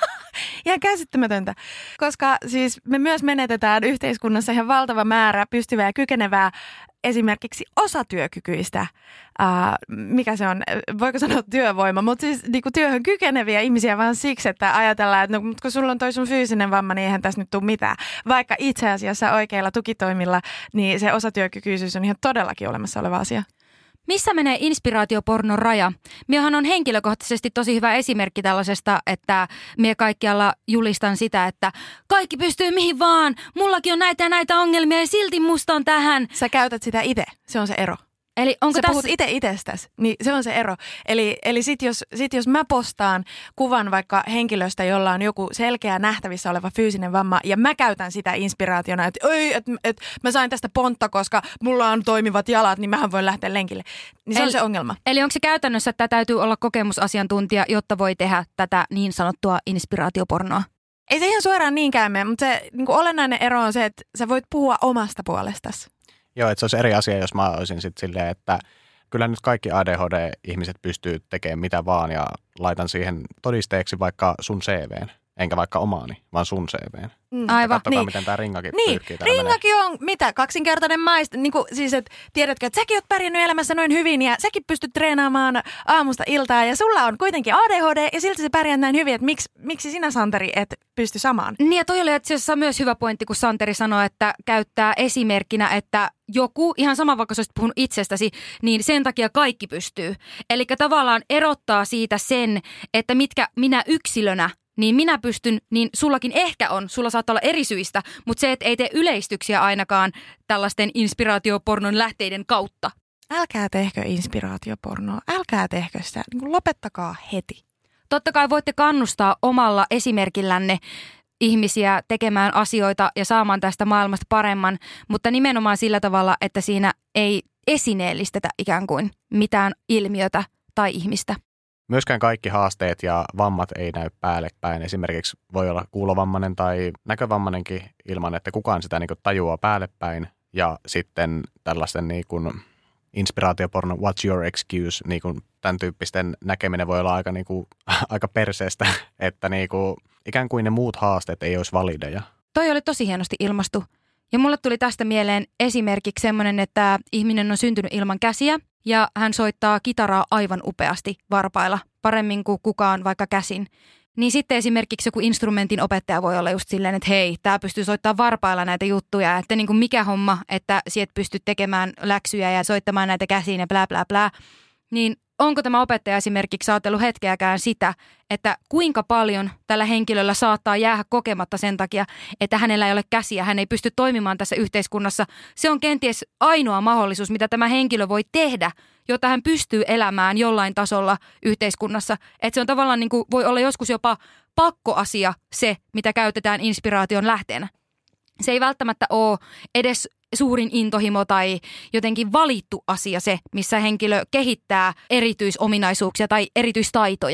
Ihan käsittämätöntä, koska siis me myös menetetään yhteiskunnassa ihan valtava määrä pystyvää ja kykenevää esimerkiksi osatyökykyistä, ää, mikä se on, voiko sanoa työvoima, mutta siis niinku työhön kykeneviä ihmisiä vaan siksi, että ajatellaan, että no, kun sulla on toi sun fyysinen vamma, niin eihän tässä nyt tule mitään. Vaikka itse asiassa oikeilla tukitoimilla, niin se osatyökykyisyys on ihan todellakin olemassa oleva asia. Missä menee inspiraatiopornon raja? Miehän on henkilökohtaisesti tosi hyvä esimerkki tällaisesta, että mie kaikkialla julistan sitä, että kaikki pystyy mihin vaan, mullakin on näitä ja näitä ongelmia ja silti musta on tähän. Sä käytät sitä itse, se on se ero. Eli onko sä tässä... puhut itse itsestäsi, niin se on se ero. Eli, eli sit jos, sit jos mä postaan kuvan vaikka henkilöstä, jolla on joku selkeä nähtävissä oleva fyysinen vamma, ja mä käytän sitä inspiraationa, että ei, et, et, mä sain tästä pontta, koska mulla on toimivat jalat, niin mähän voin lähteä lenkille. Niin se eli, on se ongelma. Eli onko se käytännössä, että täytyy olla kokemusasiantuntija, jotta voi tehdä tätä niin sanottua inspiraatiopornoa? Ei se ihan suoraan niinkään mene, mutta se niin kuin olennainen ero on se, että sä voit puhua omasta puolestasi. Joo, että se olisi eri asia, jos mä olisin sitten silleen, että kyllä nyt kaikki A D H D-ihmiset pystyy tekemään mitä vaan ja laitan siihen todisteeksi vaikka sun C V:n, enkä vaikka omaani, vaan sun C V:n. Mm. Aivan. Katsokaa, Niin. miten tämä ringakin Niin, pyyhkii täällä ringakin on mitä? Kaksinkertainen maista. Niin kuin, siis, että tiedätkö, että säkin oot pärjännyt elämässä noin hyvin ja säkin pystyt treenaamaan aamusta iltaan ja sulla on kuitenkin A D H D ja silti sä pärjät näin hyvin, että miksi, miksi sinä, Santeri, et pysty samaan? Niin ja toi oli itse asiassa myös hyvä pointti, kun Santeri sanoi, että käyttää esimerkkinä, että joku, ihan sama vaikka sä olisit puhunut itsestäsi, niin sen takia kaikki pystyy. Eli tavallaan erottaa siitä sen, että mitkä minä yksilönä, niin minä pystyn, niin sullakin ehkä on, sulla saattaa olla eri syistä, mutta se, että ei tee yleistyksiä ainakaan tällaisten inspiraatiopornon lähteiden kautta. Älkää tehkö inspiraatiopornoa, älkää tehkö sitä, niin kuin lopettakaa heti. Totta kai voitte kannustaa omalla esimerkillänne ihmisiä tekemään asioita ja saamaan tästä maailmasta paremman, mutta nimenomaan sillä tavalla, että siinä ei esineellistetä ikään kuin mitään ilmiötä tai ihmistä. Myöskään kaikki haasteet ja vammat ei näy päällekpäin. Esimerkiksi voi olla kuulovammainen tai näkövammainenkin ilman, että kukaan sitä niin kuin tajuaa päällepäin. Ja sitten tällaisten niin kuin inspiraatioporno, what's your excuse, niin kuin tämän tyyppisten näkeminen voi olla aika, niin kuin, aika perseestä, että niin kuin, ikään kuin ne muut haasteet ei olisi valideja. Toi oli tosi hienosti ilmastu. Ja mulle tuli tästä mieleen esimerkiksi semmoinen, että ihminen on syntynyt ilman käsiä ja hän soittaa kitaraa aivan upeasti varpailla, paremmin kuin kukaan vaikka käsin. Niin sitten esimerkiksi joku instrumentin opettaja voi olla just silleen, että hei, tää pystyy soittamaan varpailla näitä juttuja, että niin kuin mikä homma, että sieltä pystyt tekemään läksyjä ja soittamaan näitä käsiin ja blää blää blää. Niin onko tämä opettaja esimerkiksi ajatellut hetkeäkään sitä, että kuinka paljon tällä henkilöllä saattaa jäädä kokematta sen takia, että hänellä ei ole käsiä, hän ei pysty toimimaan tässä yhteiskunnassa. Se on kenties ainoa mahdollisuus, mitä tämä henkilö voi tehdä, jotta hän pystyy elämään jollain tasolla yhteiskunnassa. Että se on tavallaan niin kuin, voi olla joskus jopa pakkoasia se, mitä käytetään inspiraation lähteenä. Se ei välttämättä ole edes suurin intohimo tai jotenkin valittu asia se, missä henkilö kehittää erityisominaisuuksia tai erityistaitoja.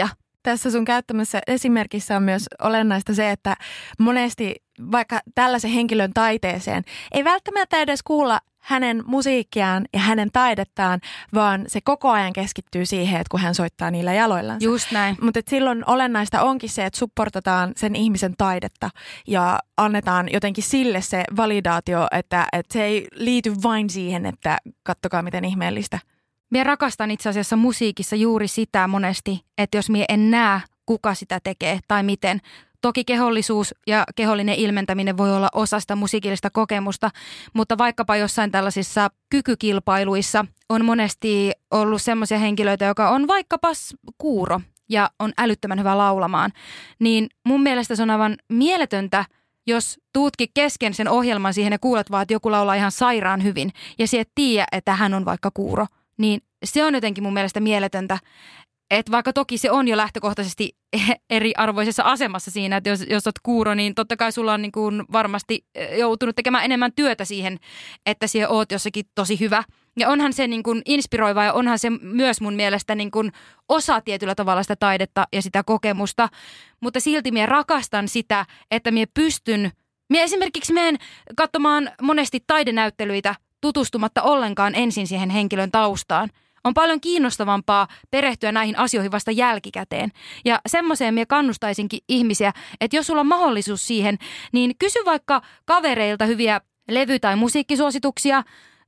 tässä sun käyttämässä esimerkissä on myös olennaista se, että monesti vaikka tällaisen henkilön taiteeseen ei välttämättä edes kuulla hänen musiikkiaan ja hänen taidettaan, vaan se koko ajan keskittyy siihen, että kun hän soittaa niillä jaloillansa. Just näin. Mutta silloin olennaista onkin se, että supportataan sen ihmisen taidetta ja annetaan jotenkin sille se validaatio, että, että se ei liity vain siihen, että kattokaa miten ihmeellistä. Mie rakastan itse asiassa musiikissa juuri sitä monesti, että jos mie en näe, kuka sitä tekee tai miten. Toki kehollisuus ja kehollinen ilmentäminen voi olla osa sitä musiikillista kokemusta, mutta vaikkapa jossain tällaisissa kykykilpailuissa on monesti ollut semmoisia henkilöitä, joka on vaikkapa kuuro ja on älyttömän hyvä laulamaan. Niin mun mielestä se on aivan mieletöntä, jos tuutkin kesken sen ohjelman siihen ja kuulet vaan, että joku laulaa ihan sairaan hyvin ja sä et tiedä, että hän on vaikka kuuro, niin se on jotenkin mun mielestä mieletöntä. Että vaikka toki se on jo lähtökohtaisesti eriarvoisessa asemassa siinä, että jos, jos olet kuuro, niin totta kai sulla on niin kuin varmasti joutunut tekemään enemmän työtä siihen, että siellä oot jossakin tosi hyvä. Ja onhan se niin kuin inspiroiva ja onhan se myös mun mielestä niin kuin osa tietyllä tavalla sitä taidetta ja sitä kokemusta. Mutta silti minä rakastan sitä, että minä pystyn, minä esimerkiksi menen katsomaan monesti taidenäyttelyitä tutustumatta ollenkaan ensin siihen henkilön taustaan. On paljon kiinnostavampaa perehtyä näihin asioihin vasta jälkikäteen. Ja semmoiseen minä kannustaisinkin ihmisiä, että jos sulla on mahdollisuus siihen, niin kysy vaikka kavereilta hyviä levy- tai musiikkisuosituksia,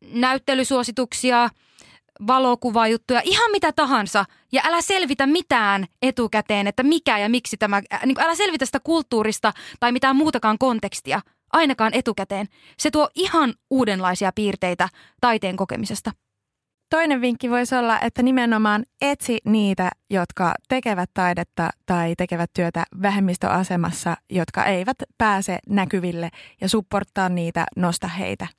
näyttelysuosituksia, valokuvajuttuja, ihan mitä tahansa. Ja älä selvitä mitään etukäteen, että mikä ja miksi tämä, niin älä selvitä sitä kulttuurista tai mitään muutakaan kontekstia, ainakaan etukäteen. Se tuo ihan uudenlaisia piirteitä taiteen kokemisesta. Toinen vinkki voisi olla, että nimenomaan etsi niitä, jotka tekevät taidetta tai tekevät työtä vähemmistöasemassa, jotka eivät pääse näkyville ja supporttaa niitä, nosta heitä.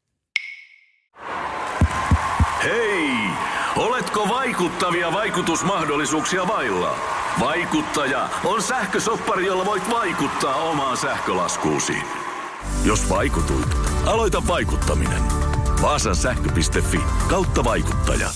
Hei! Oletko vaikuttavia vaikutusmahdollisuuksia vailla? Vaikuttaja on sähkösoppari, jolla voit vaikuttaa omaan sähkölaskuusi. Jos vaikutuit, aloita vaikuttaminen. Vaasan sähkö piste fi kautta vaikuttaja.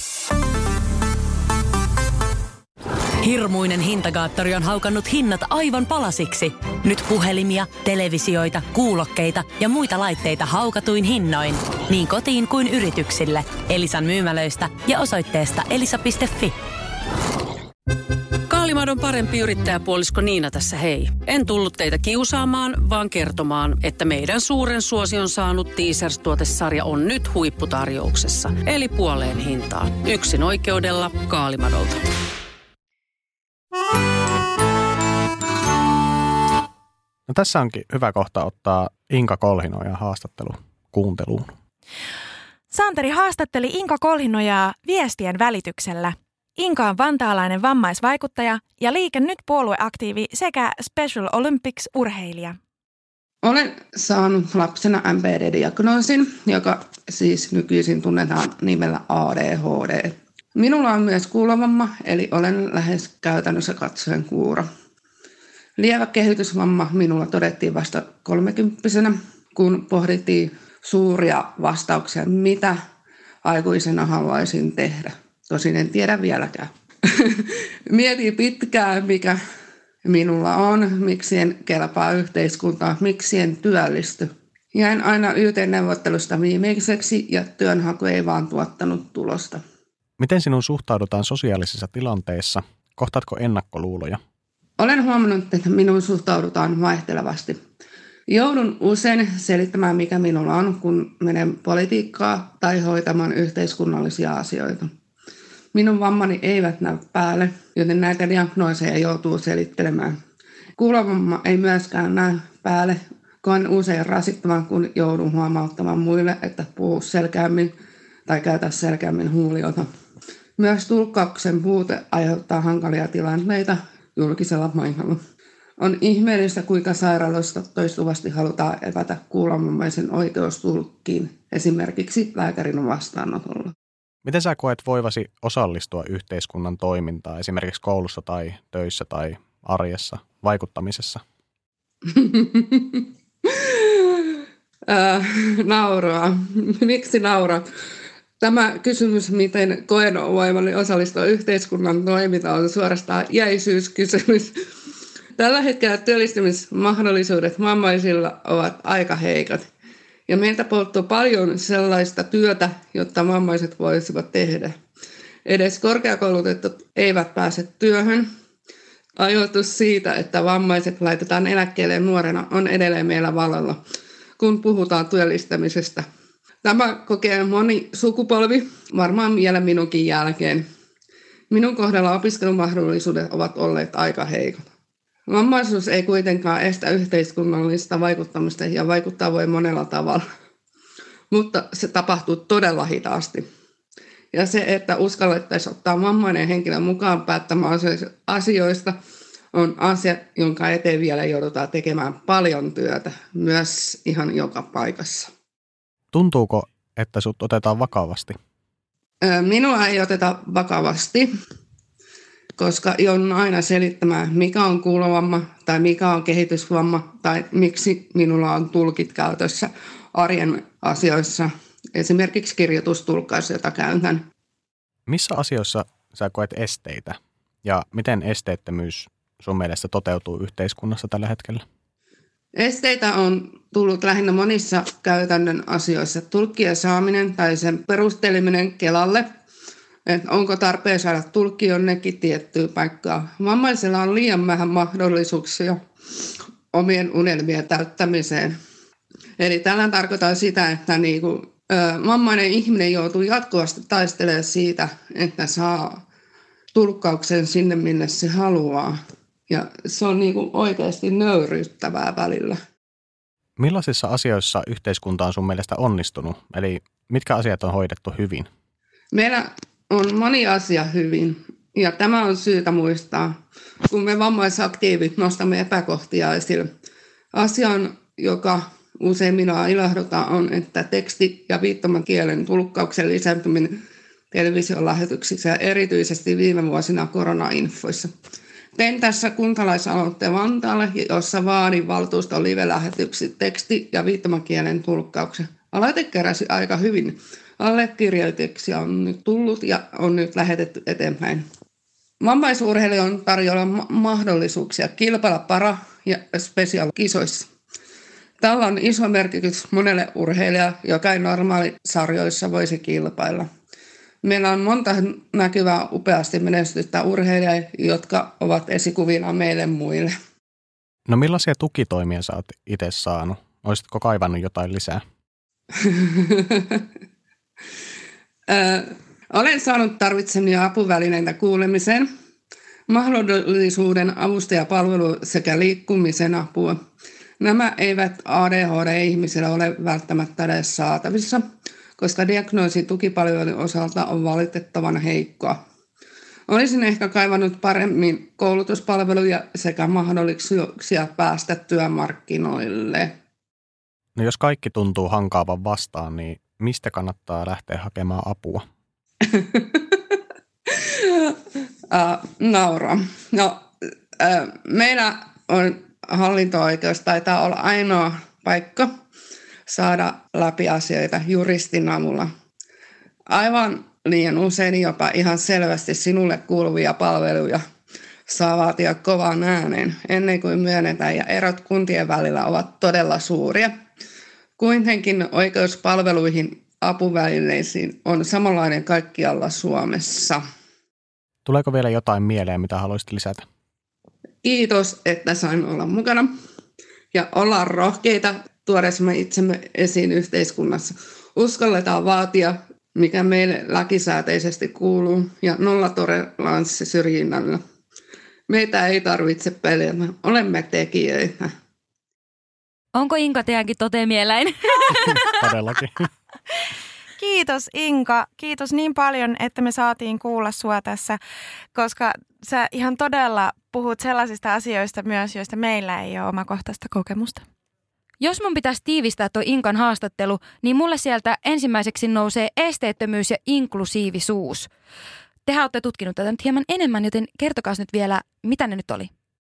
Hirmuinen hintakaattori on haukannut hinnat aivan palasiksi. Nyt puhelimia, televisioita, kuulokkeita ja muita laitteita haukatuin hinnoin. Niin kotiin kuin yrityksille. Elisan myymälöistä ja osoitteesta elisa piste fi. Kaalimadon parempi yrittäjäpuolisko Niina tässä hei. En tullut teitä kiusaamaan, vaan kertomaan, että meidän suuren suosion saanut Teasers-tuotesarja on nyt huipputarjouksessa. Eli puoleen hintaan. Yksin oikeudella Kaalimadolta. No tässä onkin hyvä kohta ottaa Inka Kolhinojan haastattelu kuunteluun. Santeri haastatteli Inka Kolhinojaa viestien välityksellä. Inka on vantaalainen vammaisvaikuttaja ja Liike Nyt -puolueaktiivi sekä Special Olympics-urheilija. Olen saanut lapsena M P D-diagnoosin, joka siis nykyisin tunnetaan nimellä A D H D. Minulla on myös kuulovamma, eli olen lähes käytännössä katsoen kuuro. Lievä kehitysvamma minulla todettiin vasta kolmekymppisenä, kun pohdittiin suuria vastauksia, mitä aikuisena haluaisin tehdä. Tosin en tiedä vieläkään. Mietin pitkään, mikä minulla on, miksi en kelpaa yhteiskuntaan, miksi en työllisty. Jäin aina Y T-neuvottelusta viimeiseksi ja työnhaku ei vaan tuottanut tulosta. Miten sinun suhtaudutaan sosiaalisissa tilanteissa? Kohtaatko ennakkoluuloja? Olen huomannut, että minun suhtaudutaan vaihtelevasti. Joudun usein selittämään, mikä minulla on, kun menen politiikkaa tai hoitamaan yhteiskunnallisia asioita. Minun vammani eivät näy päälle, joten näitä diagnooseja joutuu selittelemään. Kuulovamma ei myöskään näy päälle, koen usein rasittavan, kun joudun huomauttamaan muille, että puhu selkeämmin tai käytä selkeämmin huuliota. Myös tulkkauksen puute aiheuttaa hankalia tilanteita julkisella paikalla. On ihmeellistä, kuinka sairaaloista toistuvasti halutaan evätä kuulovammaisen oikeustulkkiin, esimerkiksi lääkärin vastaanotolla. Miten sä koet voivasi osallistua yhteiskunnan toimintaan, esimerkiksi koulussa tai töissä tai arjessa, vaikuttamisessa? äh, nauraa. Miksi nauraa? Tämä kysymys, miten koen voivani osallistua yhteiskunnan toimintaan, on suorastaan jäisyyskysymys. Tällä hetkellä työllistymismahdollisuudet vammaisilla ovat aika heikot. Ja meiltä puuttuu paljon sellaista työtä, jotta vammaiset voisivat tehdä. Edes korkeakoulutetut eivät pääse työhön. Ajoitus siitä, että vammaiset laitetaan eläkkeelle nuorena, on edelleen meillä vallalla, kun puhutaan työllistämisestä. Tämä kokee moni sukupolvi, varmaan vielä minunkin jälkeen. Minun kohdalla opiskelumahdollisuudet ovat olleet aika heikot. Vammaisuus ei kuitenkaan estä yhteiskunnallista vaikuttamista ja vaikuttaa voi monella tavalla, mutta se tapahtuu todella hitaasti. Ja se, että uskallettaisiin ottaa vammainen henkilö mukaan päättämään asioista, on asia, jonka eteen vielä joudutaan tekemään paljon työtä, myös ihan joka paikassa. Tuntuuko, että sut otetaan vakavasti? Minua ei oteta vakavasti, koska joudun aina selittämään, mikä on kuulovamma tai mikä on kehitysvamma tai miksi minulla on tulkit käytössä arjen asioissa, esimerkiksi kirjoitustulkkaus, jota käytän. Missä asioissa sä koet esteitä ja miten esteettömyys sun mielestä toteutuu yhteiskunnassa tällä hetkellä? Esteitä on tullut lähinnä monissa käytännön asioissa. Tulkkien saaminen tai sen perusteleminen Kelalle, että onko tarpeen saada tulkki jonnekin tiettyyn paikkaan. Vammaisilla on liian vähän mahdollisuuksia omien unelmien täyttämiseen. Eli tällä tarkoittaa sitä, että niinku, ö, vammainen ihminen joutuu jatkuvasti taistelemaan siitä, että saa tulkkauksen sinne, minne se haluaa. Ja se on niinku oikeasti nöyryyttävää välillä. Millaisissa asioissa yhteiskunta on sun mielestä onnistunut? Eli mitkä asiat on hoidettu hyvin? Meillä on moni asia hyvin. Ja tämä on syytä muistaa, kun me vammaisaktiivit nostamme epäkohtia esille. Asia on, joka usein minua ilahduttaa, on, että teksti- ja viittomakielen tulkkauksen lisääntyminen television lähetyksissä ja erityisesti viime vuosina koronainfoissa. Tein tässä kuntalaisaloitteen Vantaalle, jossa vaadin valtuuston live-lähetyksi teksti- ja viittomakielen tulkkauksen. Aloite keräsi aika hyvin. Allekirjoituksia on nyt tullut ja on nyt lähetetty eteenpäin. Vammaisurheilijoille on tarjolla ma- mahdollisuuksia kilpailla para- ja special-kisoissa. Tällä on iso merkitys monelle urheilijalle, joka ei normaalisarjoissa voisi kilpailla. Meillä on monta näkyvää upeasti menestystä urheilijaa, jotka ovat esikuvina meille muille. No millaisia tukitoimia sä oot itse saanut? Olisitko kaivannut jotain lisää? Olen saanut tarvitsemia apuvälineitä kuulemiseen, mahdollisuuden avustajapalvelu sekä liikkumisen apua. Nämä eivät A D H D-ihmisillä ole välttämättä edes saatavissa, koska diagnoosi tukipalveluiden osalta on valitettavan heikkoa. Olisin ehkä kaivannut paremmin koulutuspalveluja sekä mahdollisuuksia päästä työmarkkinoille. No jos kaikki tuntuu hankaavan vastaan, niin mistä kannattaa lähteä hakemaan apua? uh, Naura. No, uh, meillä on hallinto-oikeus, taitaa olla ainoa paikka saada läpi asioita juristin avulla. Aivan liian usein jopa ihan selvästi sinulle kuuluvia palveluja saa vaatia kovaan ääneen ennen kuin myönnetään ja erot kuntien välillä ovat todella suuria. Kuitenkin oikeus palveluihin apuvälineisiin on samanlainen kaikkialla Suomessa. Tuleeko vielä jotain mieleen, mitä haluaisit lisätä? Kiitos, että sain olla mukana ja ollaan rohkeita tuodessamme itsemme esiin yhteiskunnassa. Uskalletaan vaatia, mikä meille lakisääteisesti kuuluu, ja nollatoleranssi syrjinnällä. Meitä ei tarvitse pelätä, olemme tekijöitä. Onko Inka teidänkin totemieläin? Todellakin. Kiitos Inka, kiitos niin paljon, että me saatiin kuulla sua tässä, koska sä ihan todella puhut sellaisista asioista myös, joista meillä ei ole omakohtaista kokemusta. Jos mun pitäisi tiivistää tuo Inkan haastattelu, niin mulle sieltä ensimmäiseksi nousee esteettömyys ja inklusiivisuus. Tehän olette tutkinut tätä nyt hieman enemmän, joten kertokaa nyt vielä, mitä ne nyt oli?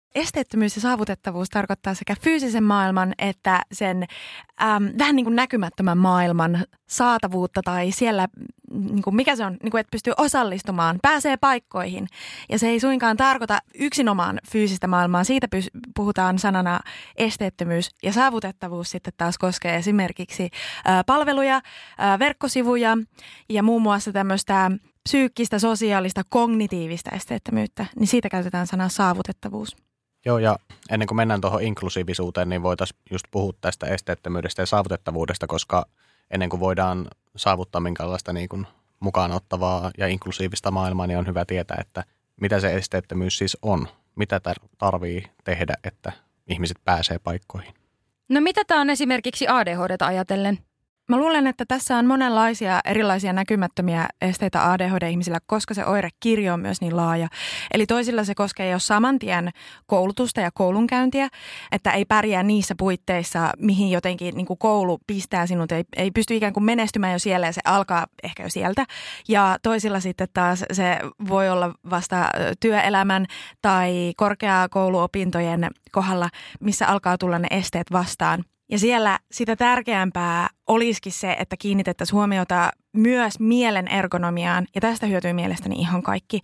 Esteettömyys ja saavutettavuus tarkoittaa sekä fyysisen maailman että sen äm, vähän niin kuin näkymättömän maailman saatavuutta tai siellä, niin kuin mikä se on, niin kuin, että pystyy osallistumaan, pääsee paikkoihin. Ja se ei suinkaan tarkoita yksinomaan fyysistä maailmaa. Siitä puhutaan sanana esteettömyys ja saavutettavuus sitten taas koskee esimerkiksi ä, palveluja, ä, verkkosivuja ja muun muassa tämmöistä psyykkistä, sosiaalista, kognitiivista esteettömyyttä. Niin siitä käytetään sanaa saavutettavuus. Joo, ja ennen kuin mennään tuohon inklusiivisuuteen, niin voitaisiin just puhua tästä esteettömyydestä ja saavutettavuudesta, koska ennen kuin voidaan saavuttaa minkälaista niin kuin mukaan ottavaa ja inklusiivista maailmaa, niin on hyvä tietää, että mitä se esteettömyys siis on. Mitä tarvii tehdä, että ihmiset pääsee paikkoihin. No mitä tämä on esimerkiksi A D H D:tä ajatellen? Mä luulen, että tässä on monenlaisia erilaisia näkymättömiä esteitä A D H D-ihmisillä, koska se oirekirjo on myös niin laaja. Eli toisilla se koskee jo saman tien koulutusta ja koulunkäyntiä, että ei pärjää niissä puitteissa, mihin jotenkin niin kuin koulu pistää sinut. Ei, ei pysty ikään kuin menestymään jo siellä ja se alkaa ehkä jo sieltä. Ja toisilla sitten taas se voi olla vasta työelämän tai korkeakouluopintojen kohdalla, missä alkaa tulla ne esteet vastaan. Ja siellä sitä tärkeämpää olisikin se, että kiinnitettäisiin huomiota myös mielen ergonomiaan, ja tästä hyötyy mielestäni ihan kaikki.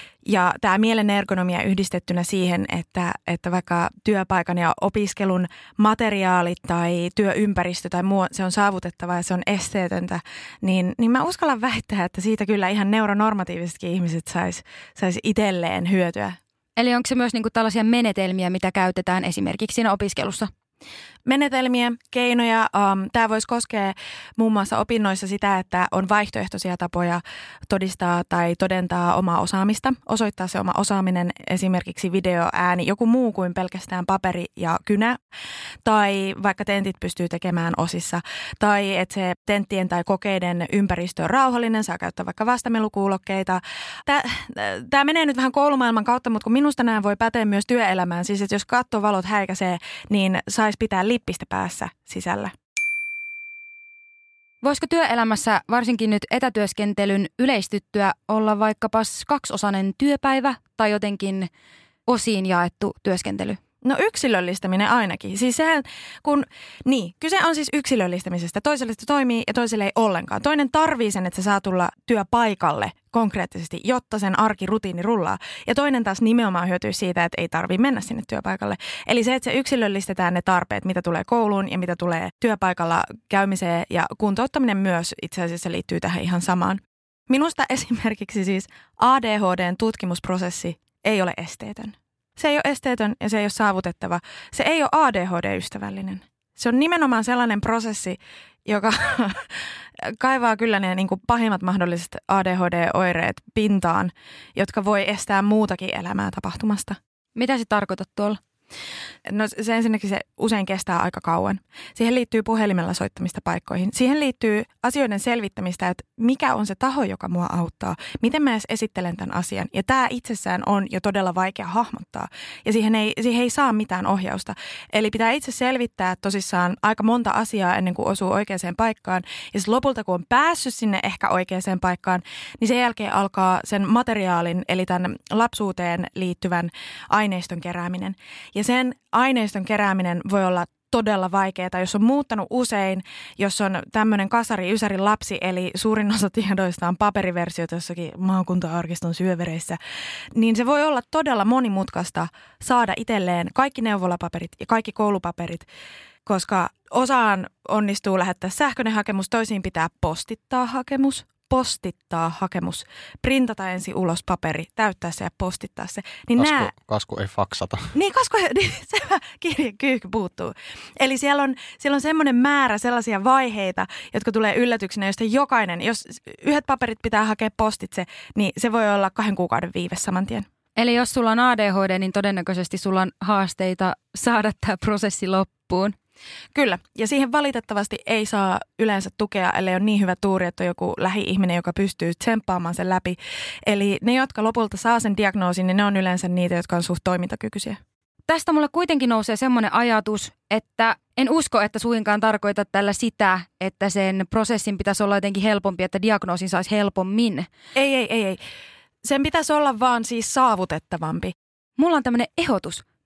Ja tämä mielen ergonomia yhdistettynä siihen, että, että vaikka työpaikan ja opiskelun materiaalit tai työympäristö tai muu, se on saavutettava ja se on esteetöntä, niin, niin mä uskallan väittää, että siitä kyllä ihan neuronormatiivisestikin ihmiset sais, sais itselleen hyötyä. Eli onko se myös niinku tällaisia menetelmiä, mitä käytetään esimerkiksi siinä opiskelussa? Menetelmiä, keinoja. Um, tämä voisi koskea muun muassa opinnoissa sitä, että on vaihtoehtoisia tapoja todistaa tai todentaa omaa osaamista. Osoittaa se oma osaaminen, esimerkiksi video, ääni, joku muu kuin pelkästään paperi ja kynä. Tai vaikka tentit pystyy tekemään osissa. Tai että se tenttien tai kokeiden ympäristö on rauhallinen, saa käyttää vaikka vastamelukuulokkeita. Tämä menee nyt vähän koulumaailman kautta, mutta kun minusta nämä voi päteä myös työelämään. Siis että jos kattovalot häikäisee, niin saisi pitää lippistä päässä sisällä. Voisiko työelämässä, varsinkin nyt etätyöskentelyn yleistyttyä, olla vaikkapa kaksiosainen työpäivä tai jotenkin osiin jaettu työskentely? No yksilöllistäminen ainakin. Siis sehän, kun, niin, kyse on siis yksilöllistämisestä. Toiselle se toimii ja toiselle ei ollenkaan. Toinen tarvii sen, että se saa tulla työpaikalle konkreettisesti, jotta sen arkirutiini rullaa. Ja toinen taas nimenomaan hyötyy siitä, että ei tarvitse mennä sinne työpaikalle. Eli se, että se yksilöllistetään ne tarpeet, mitä tulee kouluun ja mitä tulee työpaikalla käymiseen ja kuntouttaminen myös itse asiassa liittyy tähän ihan samaan. Minusta esimerkiksi siis A D H D:n tutkimusprosessi ei ole esteetön. Se ei ole esteetön ja se ei ole saavutettava. Se ei ole A D H D-ystävällinen. Se on nimenomaan sellainen prosessi, joka kaivaa kyllä ne niin kuin pahimmat mahdolliset A D H D-oireet pintaan, jotka voi estää muutakin elämää tapahtumasta. Mitä se tarkoitat tuolla? No se ensinnäkin se usein kestää aika kauan. Siihen liittyy puhelimella soittamista paikkoihin. Siihen liittyy asioiden selvittämistä, että mikä on se taho, joka mua auttaa. Miten mä edes esittelen tämän asian. Ja tämä itsessään on jo todella vaikea hahmottaa. Ja siihen ei, siihen ei saa mitään ohjausta. Eli pitää itse selvittää tosissaan aika monta asiaa ennen kuin osuu oikeaan paikkaan. Ja sitten lopulta, kun on päässyt sinne ehkä oikeaan paikkaan, niin sen jälkeen alkaa sen materiaalin, eli tämän lapsuuteen liittyvän aineiston kerääminen. Ja sen aineiston kerääminen voi olla todella vaikeaa, jos on muuttanut usein, jos on tämmöinen kasari ysärin lapsi, eli suurin osa tiedoista on paperiversiot jossakin maakunta-arkiston syövereissä, niin se voi olla todella monimutkaista saada itselleen kaikki neuvolapaperit ja kaikki koulupaperit, koska osaan onnistuu lähettää sähköinen hakemus, toisiin pitää postittaa hakemus. postittaa hakemus, printata ensin ulos paperi, täyttää se ja postittaa se. Niin kasku, nää, kasku ei faksata. Niin, kasku ei, niin se kirjekyyhky puuttuu. Eli siellä on, siellä on semmoinen määrä sellaisia vaiheita, jotka tulee yllätyksenä, joista jokainen, jos yhdet paperit pitää hakea postitse, niin se voi olla kahden kuukauden viive saman tien. Eli jos sulla on A D H D, niin todennäköisesti sulla on haasteita saada tämä prosessi loppuun. Kyllä, ja siihen valitettavasti ei saa yleensä tukea, ellei ole niin hyvä tuuri, että on joku lähi-ihminen, joka pystyy tsemppaamaan sen läpi. Eli ne, jotka lopulta saa sen diagnoosin, niin ne on yleensä niitä, jotka on suht toimintakykyisiä. Tästä mulle kuitenkin nousee semmoinen ajatus, että en usko, että suinkaan tarkoita tällä sitä, että sen prosessin pitäisi olla jotenkin helpompi, että diagnoosin saisi helpommin. Ei, ei, ei, ei. Sen pitäisi olla vaan siis saavutettavampi. Mulla on tämmöinen ehdotus.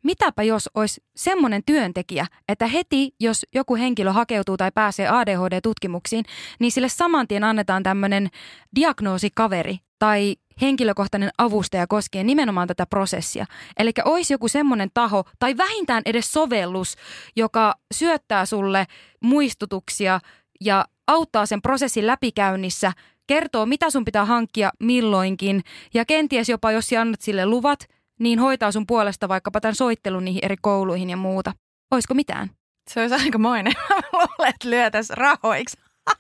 mitäpä jos olisi semmoinen työntekijä, että heti jos joku henkilö hakeutuu tai pääsee A D H D-tutkimuksiin, niin sille saman tien annetaan tämmöinen diagnoosikaveri tai henkilökohtainen avustaja koskien nimenomaan tätä prosessia. Eli olisi joku semmoinen taho tai vähintään edes sovellus, joka syöttää sulle muistutuksia ja auttaa sen prosessin läpikäynnissä, kertoo mitä sun pitää hankkia milloinkin ja kenties jopa jos sä annat sille luvat, niin hoitaa sun puolesta vaikkapa tämän soittelun niihin eri kouluihin ja muuta. Olisiko mitään? Se olisi aikamoinen. Mä luulen, että lyötäisiin rahoiksi.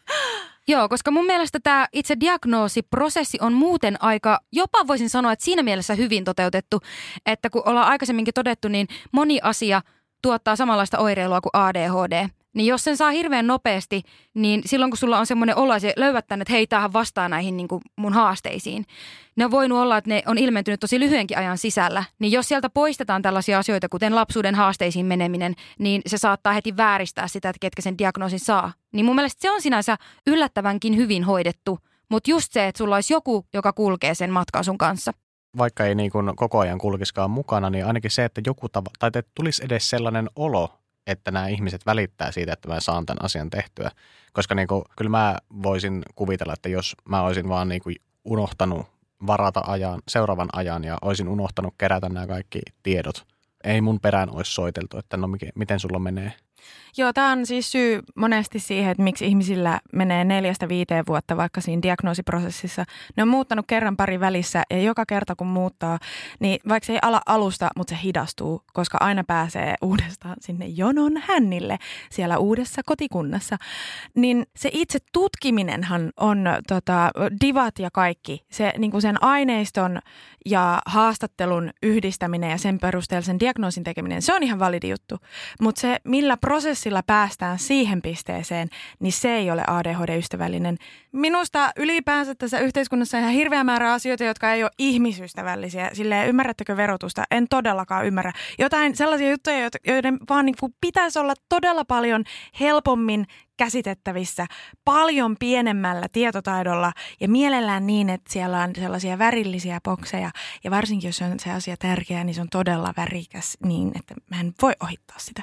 Joo, koska mun mielestä tämä itse diagnoosiprosessi on muuten aika, jopa voisin sanoa, että siinä mielessä hyvin toteutettu, että kun ollaan aikaisemminkin todettu, niin moni asia tuottaa samanlaista oireilua kuin A D H D. Niin jos sen saa hirveän nopeasti, niin silloin kun sulla on semmoinen olo, että löydät tänne, että hei, tämähän vastaa näihin niin kuin mun haasteisiin. Ne on voinut olla, että ne on ilmentynyt tosi lyhyenkin ajan sisällä. Niin jos sieltä poistetaan tällaisia asioita, kuten lapsuuden haasteisiin meneminen, niin se saattaa heti vääristää sitä, että ketkä sen diagnoosin saa. Niin mun mielestä se on sinänsä yllättävänkin hyvin hoidettu. Mutta just se, että sulla olisi joku, joka kulkee sen matkan sun kanssa. Vaikka ei niin kuin koko ajan kulkiskaan mukana, niin ainakin se, että joku tava, tai että tulisi edes sellainen olo, että nämä ihmiset välittää siitä, että mä saan tämän asian tehtyä. Koska niin kuin, kyllä mä voisin kuvitella, että jos mä olisin vaan niin kuin unohtanut varata ajan, seuraavan ajan ja olisin unohtanut kerätä nämä kaikki tiedot, ei mun perään olisi soiteltu, että no miten sulla menee. Joo, tämä on siis syy monesti siihen, että miksi ihmisillä menee neljästä viiteen vuotta vaikka siinä diagnoosiprosessissa. Ne on muuttanut kerran pari välissä ja joka kerta kun muuttaa, niin vaikka se ei ala alusta, mutta se hidastuu, koska aina pääsee uudestaan sinne jonon hännille siellä uudessa kotikunnassa. Niin se itse tutkiminenhan on tota, divat ja kaikki, se niin kuin sen aineiston ja haastattelun yhdistäminen ja sen perusteella sen diagnoosin tekeminen, se on ihan validi juttu. Mutta se, millä prosessilla päästään siihen pisteeseen, niin se ei ole A D H D-ystävällinen. Minusta ylipäänsä tässä yhteiskunnassa on ihan hirveä määrä asioita, jotka ei ole ihmisystävällisiä. Silleen, ymmärrättekö verotusta? En todellakaan ymmärrä. Jotain sellaisia juttuja, joiden vaan niin kuin pitäisi olla todella paljon helpommin käsitettävissä, paljon pienemmällä tietotaidolla ja mielellään niin, että siellä on sellaisia värillisiä bokseja. Ja varsinkin, jos on se asia tärkeä, niin se on todella värikäs niin, että mä en voi ohittaa sitä.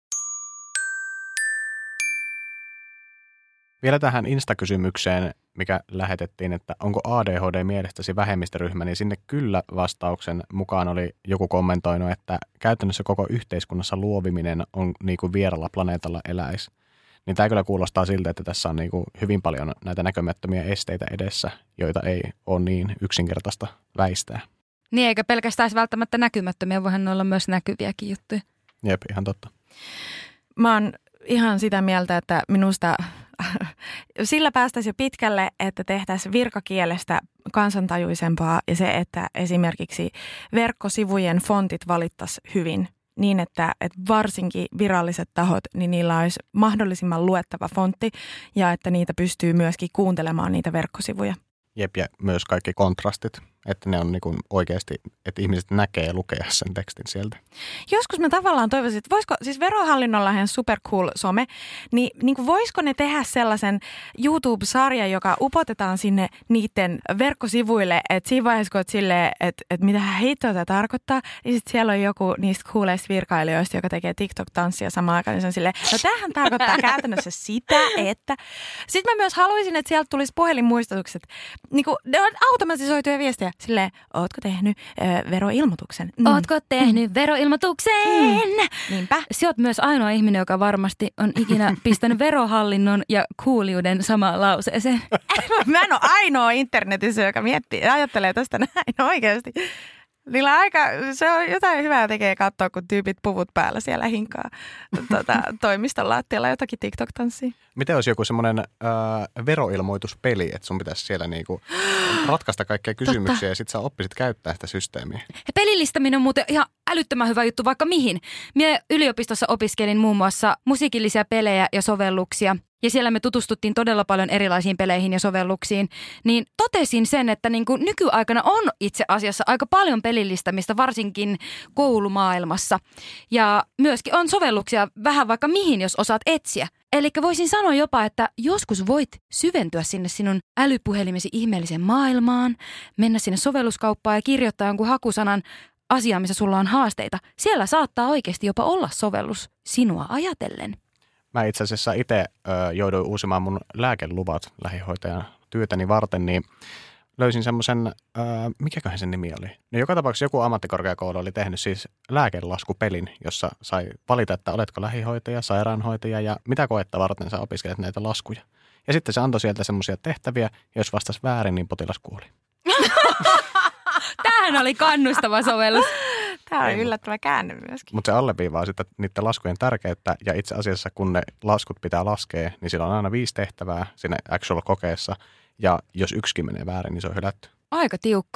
Vielä tähän Insta-kysymykseen, mikä lähetettiin, että onko A D H D mielestäsi vähemmistöryhmä, niin sinne kyllä vastauksen mukaan oli joku kommentoinut, että käytännössä koko yhteiskunnassa luoviminen on niin kuin vieralla planeetalla eläisi. Niin tämä kyllä kuulostaa siltä, että tässä on niin kuin hyvin paljon näitä näkymättömiä esteitä edessä, joita ei ole niin yksinkertaista väistää. Niin, eikä pelkästään välttämättä näkymättömiä, voihan olla myös näkyviäkin juttuja. Jep, ihan totta. Mä oon ihan sitä mieltä, että minusta sillä päästäisiin jo pitkälle, että tehtäisiin virkakielestä kansantajuisempaa ja se, että esimerkiksi verkkosivujen fontit valittaisiin hyvin niin, että, että varsinkin viralliset tahot, niin niillä olisi mahdollisimman luettava fontti ja että niitä pystyy myöskin kuuntelemaan niitä verkkosivuja. Jep, ja myös kaikki kontrastit, että ne on niin kuin oikeasti, että ihmiset näkee ja lukee sen tekstin sieltä. Joskus mä tavallaan toivoisin, että voisiko, siis Verohallinnolla on super cool some, niin, niin kuin voisiko ne tehdä sellaisen YouTube-sarjan, joka upotetaan sinne niiden verkkosivuille, että siinä vaiheessa, kun oot silleen, että, että mitä heittoa tämä tarkoittaa, niin sitten siellä on joku niistä coolista virkailijoista, joka tekee TikTok-tanssia samaan aikaan, niin se on silleen, no tämähän tarkoittaa käytännössä sitä, että... Sitten mä myös haluaisin, että sieltä tulisi puhelinmuistutukset, niin kuin ne on automatisoituja viestejä. Silleen, ootko tehnyt ö, veroilmoituksen? Mm. Ootko tehnyt mm. veroilmoituksen? Mm. Niinpä. Sä oot myös ainoa ihminen, joka varmasti on ikinä pistänyt verohallinnon ja kuuliuden samaan lauseeseen. Mä en ole ainoa internetissä, joka miettii ja ajattelee tästä näin oikeasti. Niillä aika, se on jotain hyvää tekee katsoa, kun tyypit puvut päällä siellä hinkaa tuota, toimiston lattialla jotakin TikTok-tanssia. Miten olisi joku semmoinen äh, veroilmoituspeli, että sun pitäisi siellä niinku ratkaista kaikkia kysymyksiä Totta. Ja sit sä oppisit käyttää sitä systeemiä? Pelillistäminen on muuten ihan älyttömän hyvä juttu vaikka mihin. Minä yliopistossa opiskelin muun muassa musiikillisia pelejä ja sovelluksia. Ja siellä me tutustuttiin todella paljon erilaisiin peleihin ja sovelluksiin, niin totesin sen, että niin kuin nykyaikana on itse asiassa aika paljon pelillistämistä, varsinkin koulumaailmassa. Ja myöskin on sovelluksia vähän vaikka mihin, jos osaat etsiä. Eli voisin sanoa jopa, että joskus voit syventyä sinne sinun älypuhelimesi ihmeelliseen maailmaan, mennä sinne sovelluskauppaan ja kirjoittaa jonkun hakusanan asiaa, missä sulla on haasteita, siellä saattaa oikeasti jopa olla sovellus sinua ajatellen. Mä itse asiassa itse ö, jouduin uusimaan mun lääkeluvat lähihoitajan työtäni varten, niin löysin semmoisen, äh, mikäköhän sen nimi oli? No joka tapauksessa joku ammattikorkeakoulu oli tehnyt siis lääkelaskupelin, jossa sai valita, että oletko lähihoitaja, sairaanhoitaja ja mitä koetta varten sä opiskelet näitä laskuja. Ja sitten se antoi sieltä semmoisia tehtäviä, ja jos vastasi väärin, niin potilas kuoli. Tämähän oli kannustava sovellus. Tämä oli yllättävä käänne myöskin. Mutta se alleviivaa sitä niiden laskujen tärkeyttä, ja itse asiassa kun ne laskut pitää laskea, niin sillä on aina viisi tehtävää siinä actual-kokeessa, ja jos yksikin menee väärin, niin se on hylätty. Aika tiukka.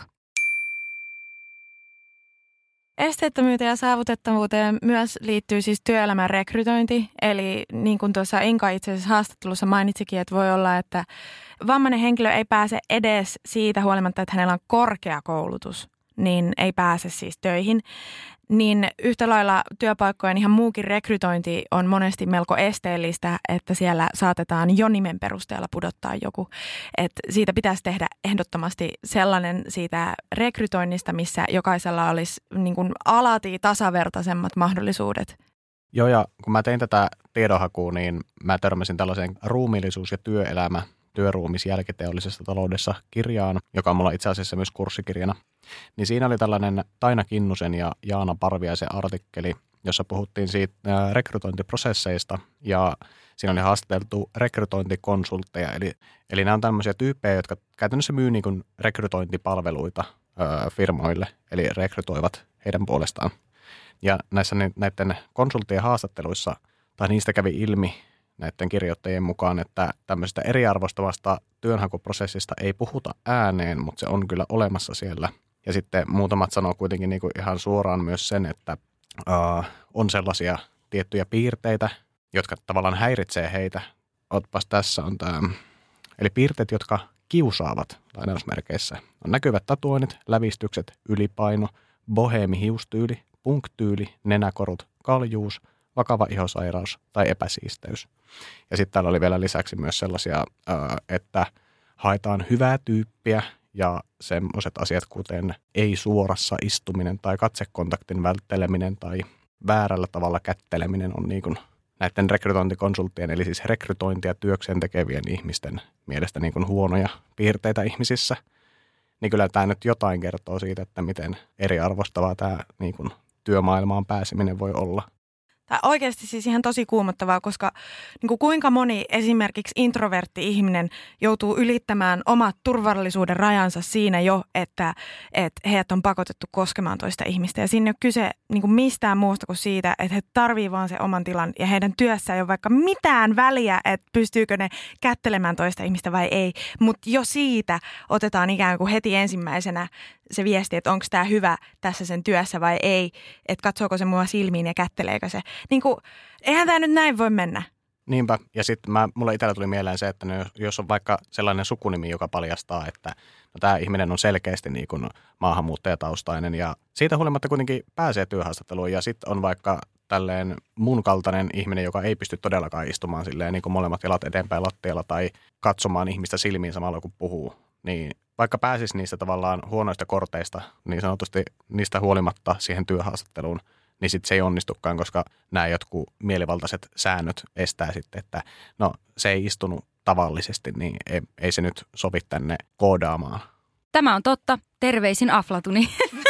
Esteettömyyteen ja saavutettavuuteen myös liittyy siis työelämän rekrytointi. Eli niin kuin tuossa Inka itse asiassa haastattelussa mainitsikin, että voi olla, että vammainen henkilö ei pääse edes siitä huolimatta, että hänellä on korkeakoulutus, niin ei pääse siis töihin. Niin yhtä lailla työpaikkojen ihan muukin rekrytointi on monesti melko esteellistä, että siellä saatetaan jo nimen perusteella pudottaa joku. Että siitä pitäisi tehdä ehdottomasti sellainen siitä rekrytoinnista, missä jokaisella olisi niin kuin alati tasavertaisemmat mahdollisuudet. Joo, ja kun mä tein tätä tiedonhakua, niin mä törmäsin tällaiseen ruumiillisuus- ja työelämä työruumis jälkiteollisessa taloudessa kirjaan, joka on mulla itse asiassa myös kurssikirjana. Niin siinä oli tällainen Taina Kinnusen ja Jaana Parviaisen artikkeli, jossa puhuttiin siitä ää, rekrytointiprosesseista ja siinä oli haastateltu rekrytointikonsultteja. Eli, eli nämä on tämmöisiä tyyppejä, jotka käytännössä myy niin kuin rekrytointipalveluita ää, firmoille, eli rekrytoivat heidän puolestaan. Ja näissä näiden konsulttien haastatteluissa, tai niistä kävi ilmi näiden kirjoittajien mukaan, että tämmöisestä eriarvostavasta työnhakuprosessista ei puhuta ääneen, mutta se on kyllä olemassa siellä. Ja sitten muutamat sanoo kuitenkin niin kuin ihan suoraan myös sen, että uh, on sellaisia tiettyjä piirteitä, jotka tavallaan häiritsee heitä. Otpas tässä on tämä, eli piirteet, jotka kiusaavat lainausmerkeissä. On näkyvät tatuoinnit, lävistykset, ylipaino, boheemi-hiustyyli, punktyyli, nenäkorut, kaljuus, vakava ihosairaus tai epäsiisteys. Ja sitten täällä oli vielä lisäksi myös sellaisia, että haetaan hyvää tyyppiä ja semmoiset asiat kuten ei-suorassa istuminen tai katsekontaktin vältteleminen tai väärällä tavalla kätteleminen on niin kuin näiden rekrytointikonsulttien, eli siis rekrytointia työkseen tekevien ihmisten mielestä niin kuin huonoja piirteitä ihmisissä. Niin kyllä tämä nyt jotain kertoo siitä, että miten eriarvostavaa tämä niin kuin työmaailmaan pääseminen voi olla. Tämä oikeasti siis ihan tosi kuumottavaa, koska niin kuin kuinka moni esimerkiksi introvertti ihminen joutuu ylittämään omat turvallisuuden rajansa siinä jo, että, että heidät on pakotettu koskemaan toista ihmistä. Ja siinä ei ole kyse niin kuin mistään muusta kuin siitä, että he tarvitsevat vaan sen oman tilan ja heidän työssä ei ole vaikka mitään väliä, että pystyykö ne kättelemään toista ihmistä vai ei. Mutta jo siitä otetaan ikään kuin heti ensimmäisenä se viesti, että onko tämä hyvä tässä sen työssä vai ei, että katsooko se mua silmiin ja kätteleekö se. Niin kuin, eihän tämä nyt näin voi mennä. Niinpä. Ja sitten mulle itsellä tuli mieleen se, että jos on vaikka sellainen sukunimi, joka paljastaa, että no, tämä ihminen on selkeästi niin kuin maahanmuuttajataustainen ja siitä huolimatta kuitenkin pääsee työhaastatteluun ja sitten on vaikka tälleen mun kaltainen ihminen, joka ei pysty todellakaan istumaan silleen niin kuin molemmat jalat eteenpäin lattialla tai katsomaan ihmistä silmiin samalla kun puhuu, niin vaikka pääsisi niistä tavallaan huonoista korteista, niin sanotusti niistä huolimatta siihen työhaastatteluun, niin sitten se ei onnistukaan, koska nämä jotkut mielivaltaiset säännöt estää sitten, että no se ei istunut tavallisesti, niin ei, ei se nyt sovi tänne koodaamaan. Tämä on totta. Terveisin Aflatuni.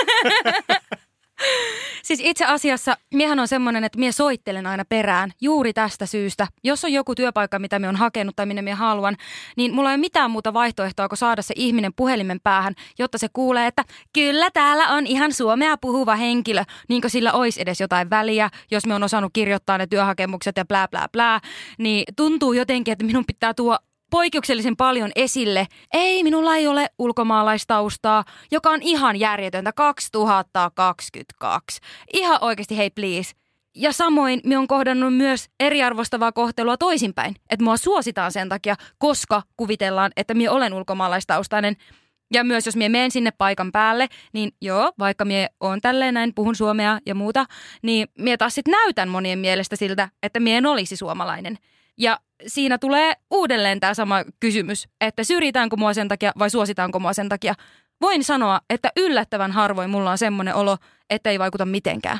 Siis itse asiassa miehän on semmoinen, että mie soittelen aina perään juuri tästä syystä. Jos on joku työpaikka, mitä mie on hakenut tai minne mie haluan, niin mulla ei ole mitään muuta vaihtoehtoa kuin saada se ihminen puhelimen päähän, jotta se kuulee, että kyllä täällä on ihan suomea puhuva henkilö, niin kuin sillä olisi edes jotain väliä, jos me on osannut kirjoittaa ne työhakemukset ja plää plää plää, niin tuntuu jotenkin, että minun pitää tuoda poikkeuksellisen paljon esille. Ei, minulla ei ole ulkomaalaistaustaa, joka on ihan järjetöntä kaksituhattakaksikymmentäkaksi. Ihan oikeasti, hei please. Ja samoin minä olen kohdannut myös eriarvostavaa kohtelua toisinpäin. Että minua suositaan sen takia, koska kuvitellaan, että minä olen ulkomaalaistaustainen. Ja myös jos minä menen sinne paikan päälle, niin joo, vaikka minä olen tälleen näin, puhun suomea ja muuta, niin minä taas sitten näytän monien mielestä siltä, että minä en olisi suomalainen. Ja siinä tulee uudelleen tämä sama kysymys, että syrjitäänkö mua sen takia vai suositaanko mua sen takia. voin sanoa, että yllättävän harvoin mulla on semmoinen olo, että ei vaikuta mitenkään.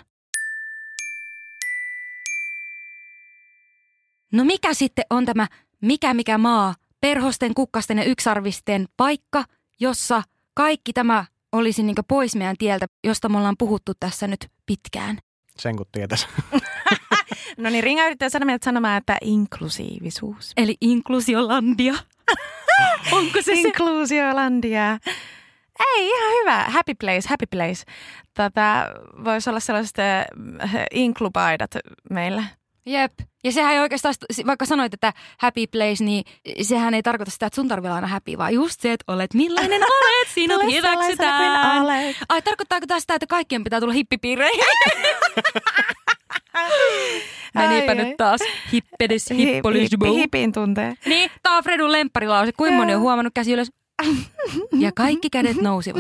No mikä sitten on tämä mikä mikä maa, perhosten, kukkasten ja yksarvisten paikka, jossa kaikki tämä olisi niin kuin pois meidän tieltä, josta me ollaan puhuttu tässä nyt pitkään? Sen kun tietäisi. No niin, Ringa yrittää sanoa meidät sanomaan, että inklusiivisuus. Eli inklusiolandia. Onko se se? Inklusiolandia. Ei, ihan hyvä. Happy place, happy place. Tätä voisi olla sellaiset äh, inklupaidat meillä. Jep. Ja sehän ei oikeastaan, vaikka sanoit, että happy place, niin sehän ei tarkoita sitä, että sun tarvitsee olla aina happy, vaan just se, että olet millainen olet, sinut hyväksytään. Ai, tarkoittaako tämä sitä, että kaikkien pitää tulla hippipiireihin? Menipä ai, nyt ai. taas hippedis, hippolisbu. Hipin tuntee. Niin, tää on Fredun lempparilause. Kuinka moni on huomannut käsi ylös? Ja kaikki kädet nousivat.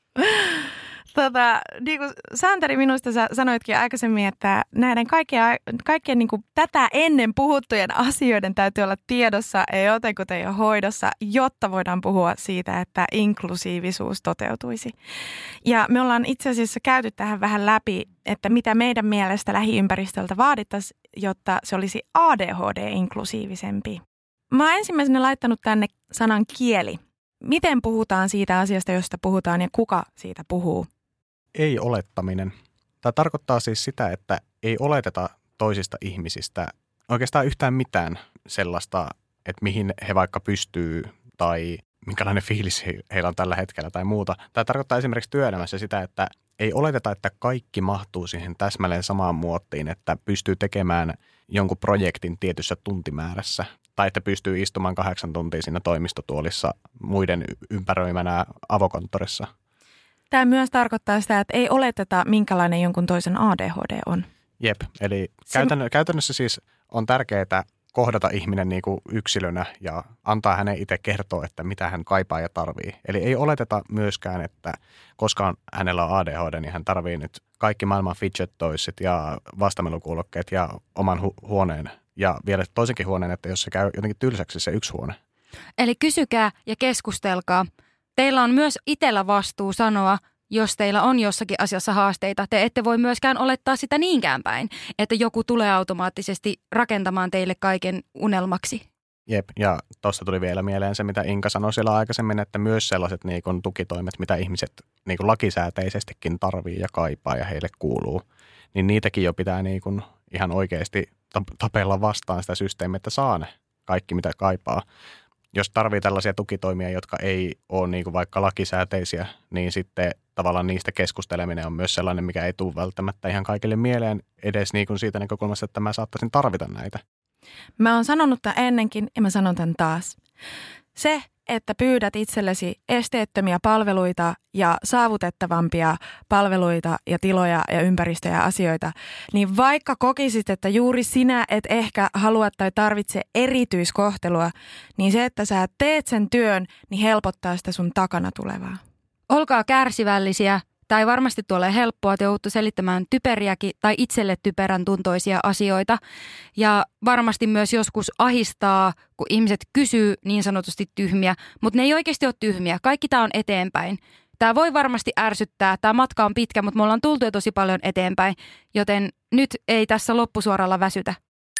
Tota, niin kuin Santeri, minusta sä sanoitkin aikaisemmin, että näiden kaikkien, kaikkien niin kuin tätä ennen puhuttujen asioiden täytyy olla tiedossa, ei jotenkuten jo hoidossa, jotta voidaan puhua siitä, että inklusiivisuus toteutuisi. Ja me ollaan itse asiassa käyty tähän vähän läpi, että mitä meidän mielestä lähiympäristöltä vaadittaisiin, jotta se olisi A D H D-inklusiivisempi. Mä oon ensimmäisenä laittanut tänne sanan kieli. Miten puhutaan siitä asiasta, josta puhutaan ja kuka siitä puhuu? Ei-olettaminen. Tämä tarkoittaa siis sitä, että ei oleteta toisista ihmisistä oikeastaan yhtään mitään sellaista, että mihin he vaikka pystyy tai minkälainen fiilis heillä on tällä hetkellä tai muuta. Tämä tarkoittaa esimerkiksi työelämässä sitä, että ei oleteta, että kaikki mahtuu siihen täsmälleen samaan muottiin, että pystyy tekemään jonkun projektin tietyssä tuntimäärässä tai että pystyy istumaan kahdeksan tuntia siinä toimistotuolissa muiden ympäröimänä avokonttorissa. Tämä myös tarkoittaa sitä, että ei oleteta, minkälainen jonkun toisen A D H D on. Jep, eli käytännö, käytännössä siis on tärkeää kohdata ihminen niin kuin yksilönä ja antaa hänen itse kertoa, että mitä hän kaipaa ja tarvii. Eli ei oleteta myöskään, että koska hänellä on A D H D, niin hän tarvii nyt kaikki maailman fidget toysit ja vastamelukuulokkeet ja oman hu- huoneen ja vielä toisenkin huoneen, että jos se käy jotenkin tylsäksi se yksi huone. Eli kysykää ja keskustelkaa. Teillä on myös itsellä vastuu sanoa, jos teillä on jossakin asiassa haasteita. Te ette voi myöskään olettaa sitä niinkään päin, että joku tulee automaattisesti rakentamaan teille kaiken unelmaksi. Jep, ja tuosta tuli vielä mieleen se, mitä Inka sanoi siellä aikaisemmin, että myös sellaiset niin kuin tukitoimet, mitä ihmiset niin kuin lakisääteisestikin tarvii ja kaipaa ja heille kuuluu, niin niitäkin jo pitää niin kuin ihan oikeasti tapella vastaan sitä systeemiä, että saa ne kaikki, mitä kaipaa. Jos tarvii tällaisia tukitoimia, jotka ei ole niin kuin vaikka lakisääteisiä, niin sitten tavallaan niistä keskusteleminen on myös sellainen, mikä ei tule välttämättä ihan kaikille mieleen edes niin kuin siitä näkökulmasta, että mä saattaisin tarvita näitä. Mä oon sanonut tämän ennenkin ja mä sanon tämän taas. Se, että pyydät itsellesi esteettömiä palveluita ja saavutettavampia palveluita ja tiloja ja ympäristöjä ja asioita, niin vaikka kokisit, että juuri sinä et ehkä halua tai tarvitse erityiskohtelua, niin se, että sä teet sen työn, niin helpottaa sitä sun takana tulevaa. Olkaa kärsivällisiä. Tämä ei varmasti tule helppoa, te joudutte selittämään typeriäkin tai itselle typerän tuntoisia asioita. Ja varmasti myös joskus ahistaa, kun ihmiset kysyy niin sanotusti tyhmiä, mutta ne ei oikeasti ole tyhmiä. Kaikki tämä on eteenpäin. Tämä voi varmasti ärsyttää, tämä matka on pitkä, mutta me ollaan tultu jo tosi paljon eteenpäin, joten nyt ei tässä loppusuoralla väsytä.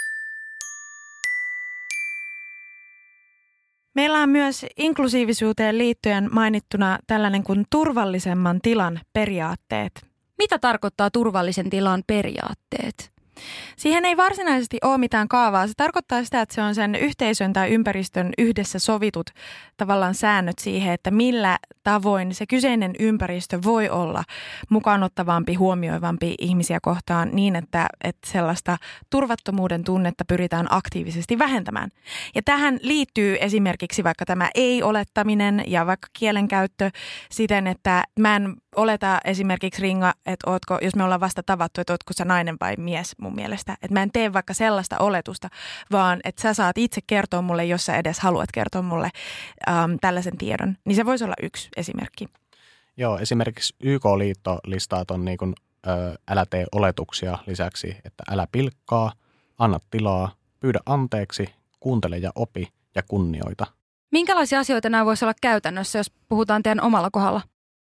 Meillä on myös inklusiivisuuteen liittyen mainittuna tällainen kuin turvallisemman tilan periaatteet. Mitä tarkoittaa turvallisen tilan periaatteet? Siihen ei varsinaisesti ole mitään kaavaa. Se tarkoittaa sitä, että se on sen yhteisön tai ympäristön yhdessä sovitut tavallaan säännöt siihen, että millä tavoin se kyseinen ympäristö voi olla mukaanottavampi, huomioivampi ihmisiä kohtaan niin, että, että sellaista turvattomuuden tunnetta pyritään aktiivisesti vähentämään. Ja tähän liittyy esimerkiksi vaikka tämä ei-olettaminen ja vaikka kielenkäyttö siten, että mä en oleta esimerkiksi Ringa, että ootko, jos me ollaan vasta tavattu, että ootko sä nainen vai mies mun mielestä. Että mä en tee vaikka sellaista oletusta, vaan että sä saat itse kertoa mulle, jos sä edes haluat kertoa mulle äm, tällaisen tiedon. Niin se voisi olla yksi esimerkki. Joo, esimerkiksi Y K-liitto listaa ton niin kuin, ö, älä tee oletuksia lisäksi, että älä pilkkaa, anna tilaa, pyydä anteeksi, kuuntele ja opi ja kunnioita. Minkälaisia asioita nämä voisi olla käytännössä, jos puhutaan teidän omalla kohdalla?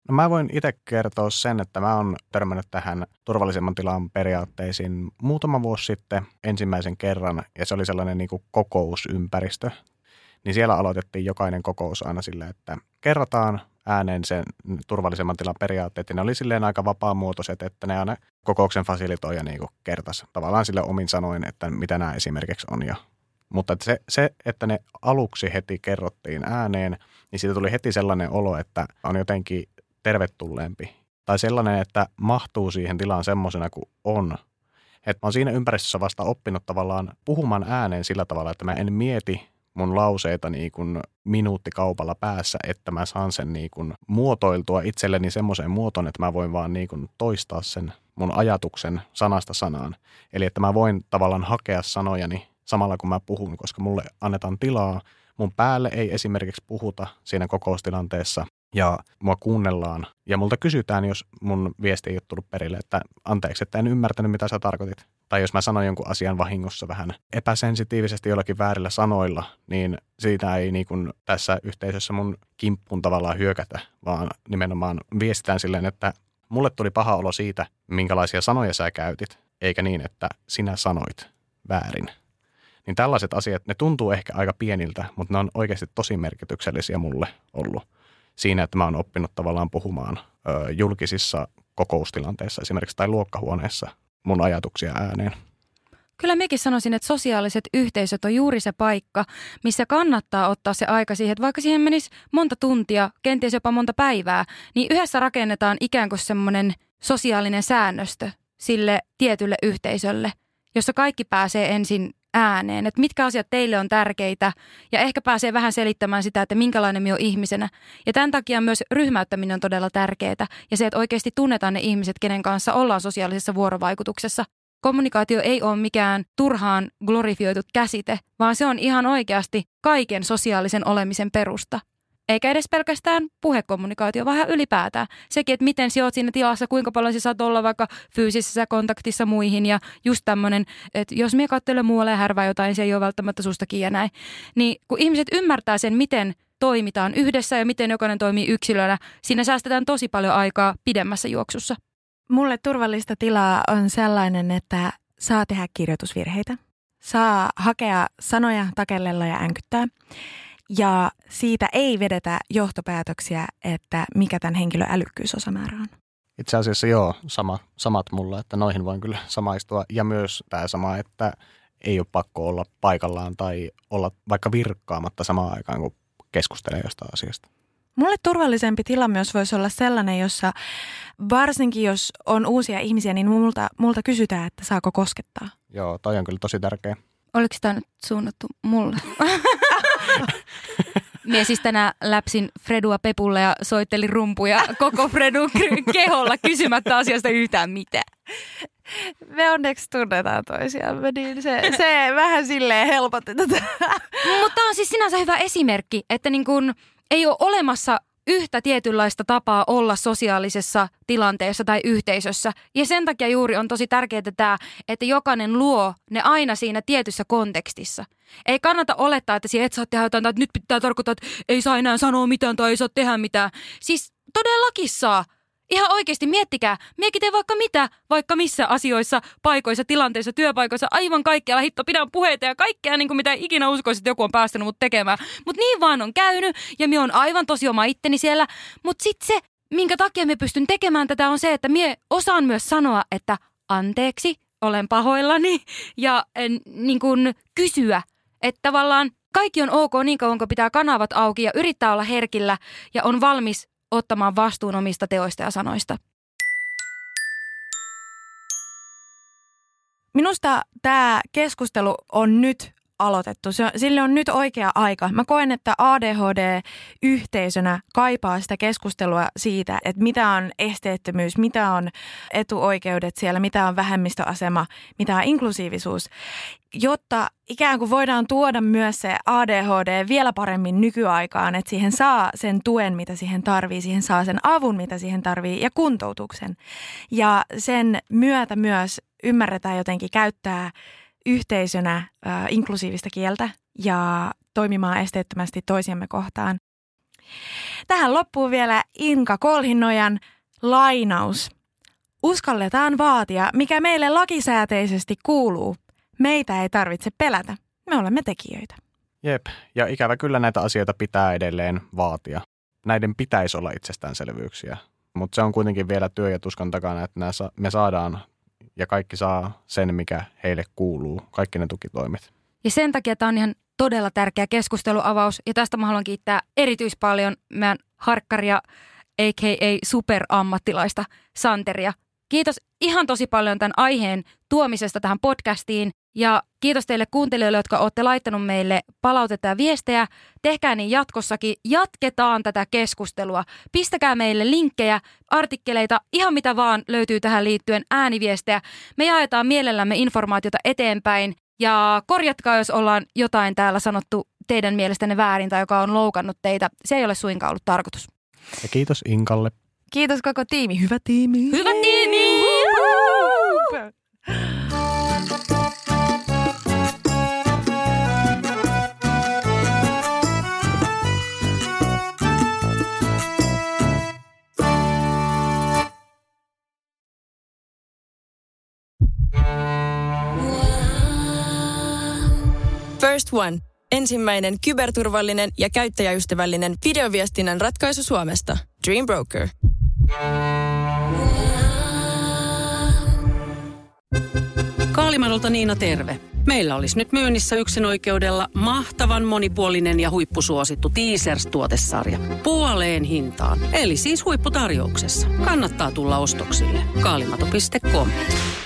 No mä voin itse kertoa sen, että mä oon törmännyt tähän turvallisemman tilan periaatteisiin muutama vuosi sitten ensimmäisen kerran, ja se oli sellainen niin kuin kokousympäristö. Niin siellä aloitettiin jokainen kokous aina silleen, että kerrotaan ääneen sen turvallisemman tilan periaatteet, ja ne oli silleen aika vapaamuotoiset, että ne aina kokouksen fasilitoija niin kuin kertasi tavallaan sille omin sanoin, että mitä nämä esimerkiksi on. Ja, mutta että se, se, että ne aluksi heti kerrottiin ääneen, niin siitä tuli heti sellainen olo, että on jotenkin tervetulleempi. Tai sellainen, että mahtuu siihen tilaan semmoisena kuin on. Että mä oon siinä ympäristössä vasta oppinut tavallaan puhumaan ääneen sillä tavalla, että mä en mieti mun lauseita niin kuin minuuttikaupalla päässä, että mä saan sen niin kuin muotoiltua itselleni semmoiseen muotoon, että mä voin vaan niin kuin toistaa sen mun ajatuksen sanasta sanaan. Eli että mä voin tavallaan hakea sanojani samalla kun mä puhun, koska mulle annetaan tilaa. Mun päälle ei esimerkiksi puhuta siinä kokoustilanteessa ja mua kuunnellaan. Ja multa kysytään, jos mun viesti ei ole tullut perille, että anteeksi, että en ymmärtänyt, mitä sä tarkoitit. Tai jos mä sanon jonkun asian vahingossa vähän epäsensitiivisesti jollakin väärillä sanoilla, niin siitä ei niin kuin tässä yhteisössä mun kimppuun tavallaan hyökätä, vaan nimenomaan viestitään silleen, että mulle tuli paha olo siitä, minkälaisia sanoja sä käytit, eikä niin, että sinä sanoit väärin. Niin tällaiset asiat, ne tuntuu ehkä aika pieniltä, mutta ne on oikeasti tosi merkityksellisiä mulle ollut siinä, että mä oon oppinut tavallaan puhumaan ö, julkisissa kokoustilanteissa esimerkiksi tai luokkahuoneessa mun ajatuksia ääneen. Kyllä mekin sanoisin, että sosiaaliset yhteisöt on juuri se paikka, missä kannattaa ottaa se aika siihen, että vaikka siihen menisi monta tuntia, kenties jopa monta päivää, niin yhdessä rakennetaan ikään kuin semmoinen sosiaalinen säännöstö sille tietylle yhteisölle, jossa kaikki pääsee ensin ääneen, että mitkä asiat teille on tärkeitä ja ehkä pääsee vähän selittämään sitä, että minkälainen me on ihmisenä. Ja tämän takia myös ryhmäyttäminen on todella tärkeää ja se, että oikeasti tunnetaan ne ihmiset, kenen kanssa ollaan sosiaalisessa vuorovaikutuksessa. Kommunikaatio ei ole mikään turhaan glorifioitu käsite, vaan se on ihan oikeasti kaiken sosiaalisen olemisen perusta. Eikä edes pelkästään puhekommunikaatio, vaan ylipäätään. Sekin, että miten sä oot siinä tilassa, kuinka paljon sä saat olla vaikka fyysisessä kontaktissa muihin ja just tämmöinen, että jos minä katselen muualle ja härvää jotain, se ei ole välttämättä sustakin ja näin. Niin kun ihmiset ymmärtää sen, miten toimitaan yhdessä ja miten jokainen toimii yksilönä, siinä säästetään tosi paljon aikaa pidemmässä juoksussa. Mulle turvallista tilaa on sellainen, että saa tehdä kirjoitusvirheitä, saa hakea sanoja takellella ja änkyttää. Ja siitä ei vedetä johtopäätöksiä, että mikä tämän henkilön älykkyysosamäärä on. Itse asiassa joo, sama, samat mulla, että noihin voin kyllä samaistua. Ja myös tämä sama, että ei ole pakko olla paikallaan tai olla vaikka virkkaamatta samaan aikaan, kun keskustelee jostain asiasta. Mulle turvallisempi tila myös voisi olla sellainen, jossa varsinkin jos on uusia ihmisiä, niin multa, multa kysytään, että saako koskettaa. Joo, toi on kyllä tosi tärkeä. Oliko tämä nyt suunnattu mulle? Mie siis tänään läpsin Fredua pepulle ja soittelin rumpuja koko Fredun keholla kysymättä asiasta yhtään mitään. Me onneksi tunnetaan toisiamme, niin se, se vähän silleen helpotti tätä. Mutta on siis sinänsä hyvä esimerkki, että niin kun ei ole olemassa yhtä tietynlaista tapaa olla sosiaalisessa tilanteessa tai yhteisössä. Ja sen takia juuri on tosi tärkeää tämä, että jokainen luo ne aina siinä tietyssä kontekstissa. Ei kannata olettaa, että et saa tehdä jotain, että nyt pitää tarkoittaa, että ei saa enää sanoa mitään tai ei saa tehdä mitään. Siis todellakin saa. Ihan oikeasti miettikää, miekin te vaikka mitä, vaikka missä asioissa, paikoissa, tilanteissa, työpaikoissa, aivan kaikkialla, hitto, pidän puheita ja kaikkea, niin kuin mitä ikinä uskoisin, että joku on päästänyt mut tekemään. Mutta niin vaan on käynyt ja minä on aivan tosi oma itteni siellä. Mutta sitten se, minkä takia me pystyn tekemään tätä, on se, että minä osaan myös sanoa, että anteeksi, olen pahoillani ja en, niin kuin kysyä, että tavallaan kaikki on ok niin kauan, kun pitää kanavat auki ja yrittää olla herkillä ja on valmis ottamaan vastuun omista teoista ja sanoista. Minusta tämä keskustelu on nyt aloitettu. Se, sille on nyt oikea aika. Mä koen, että A D H D-yhteisönä kaipaa sitä keskustelua siitä, että mitä on esteettömyys, mitä on etuoikeudet siellä, mitä on vähemmistöasema, mitä on inklusiivisuus, jotta ikään kuin voidaan tuoda myös se A D H D vielä paremmin nykyaikaan, että siihen saa sen tuen, mitä siihen tarvii, siihen saa sen avun, mitä siihen tarvii ja kuntoutuksen. Ja sen myötä myös ymmärretään jotenkin käyttää yhteisönä äh, inklusiivista kieltä ja toimimaan esteettömästi toisiamme kohtaan. Tähän loppuu vielä Inka Kolhinojan lainaus. Uskalletaan vaatia, mikä meille lakisääteisesti kuuluu. Meitä ei tarvitse pelätä. Me olemme tekijöitä. Jep, ja ikävä kyllä näitä asioita pitää edelleen vaatia. Näiden pitäisi olla itsestäänselvyyksiä, mutta se on kuitenkin vielä työ ja tuskan takana, että me saadaan ja kaikki saa sen, mikä heille kuuluu, kaikki ne tukitoimet. Ja sen takia tämä on ihan todella tärkeä keskusteluavaus, ja tästä mä haluan kiittää erityispaljon meidän harkkaria, a k a superammattilaista Santeria. Kiitos ihan tosi paljon tämän aiheen tuomisesta tähän podcastiin, ja kiitos teille kuuntelijoille, jotka olette laittanut meille palautetta ja viestejä. Tehkää niin jatkossakin. Jatketaan tätä keskustelua. Pistäkää meille linkkejä, artikkeleita, ihan mitä vaan löytyy tähän liittyen, ääniviestejä. Me jaetaan mielellämme informaatiota eteenpäin. Ja korjatkaa, jos ollaan jotain täällä sanottu teidän mielestänne väärin tai joka on loukannut teitä. Se ei ole suinkaan ollut tarkoitus. Ja kiitos Inkalle. Kiitos koko tiimi. Hyvä tiimi. Hyvä tiimi! First One. Ensimmäinen kyberturvallinen ja käyttäjäystävällinen videoviestinnän ratkaisu Suomesta. Dream Broker. Kaalimadolta Niina, terve. Meillä olisi nyt myynnissä yksinoikeudella mahtavan monipuolinen ja huippusuosittu Teasers-tuotesarja. Puoleen hintaan, eli siis huipputarjouksessa. Kannattaa tulla ostoksille. kaalimato piste com.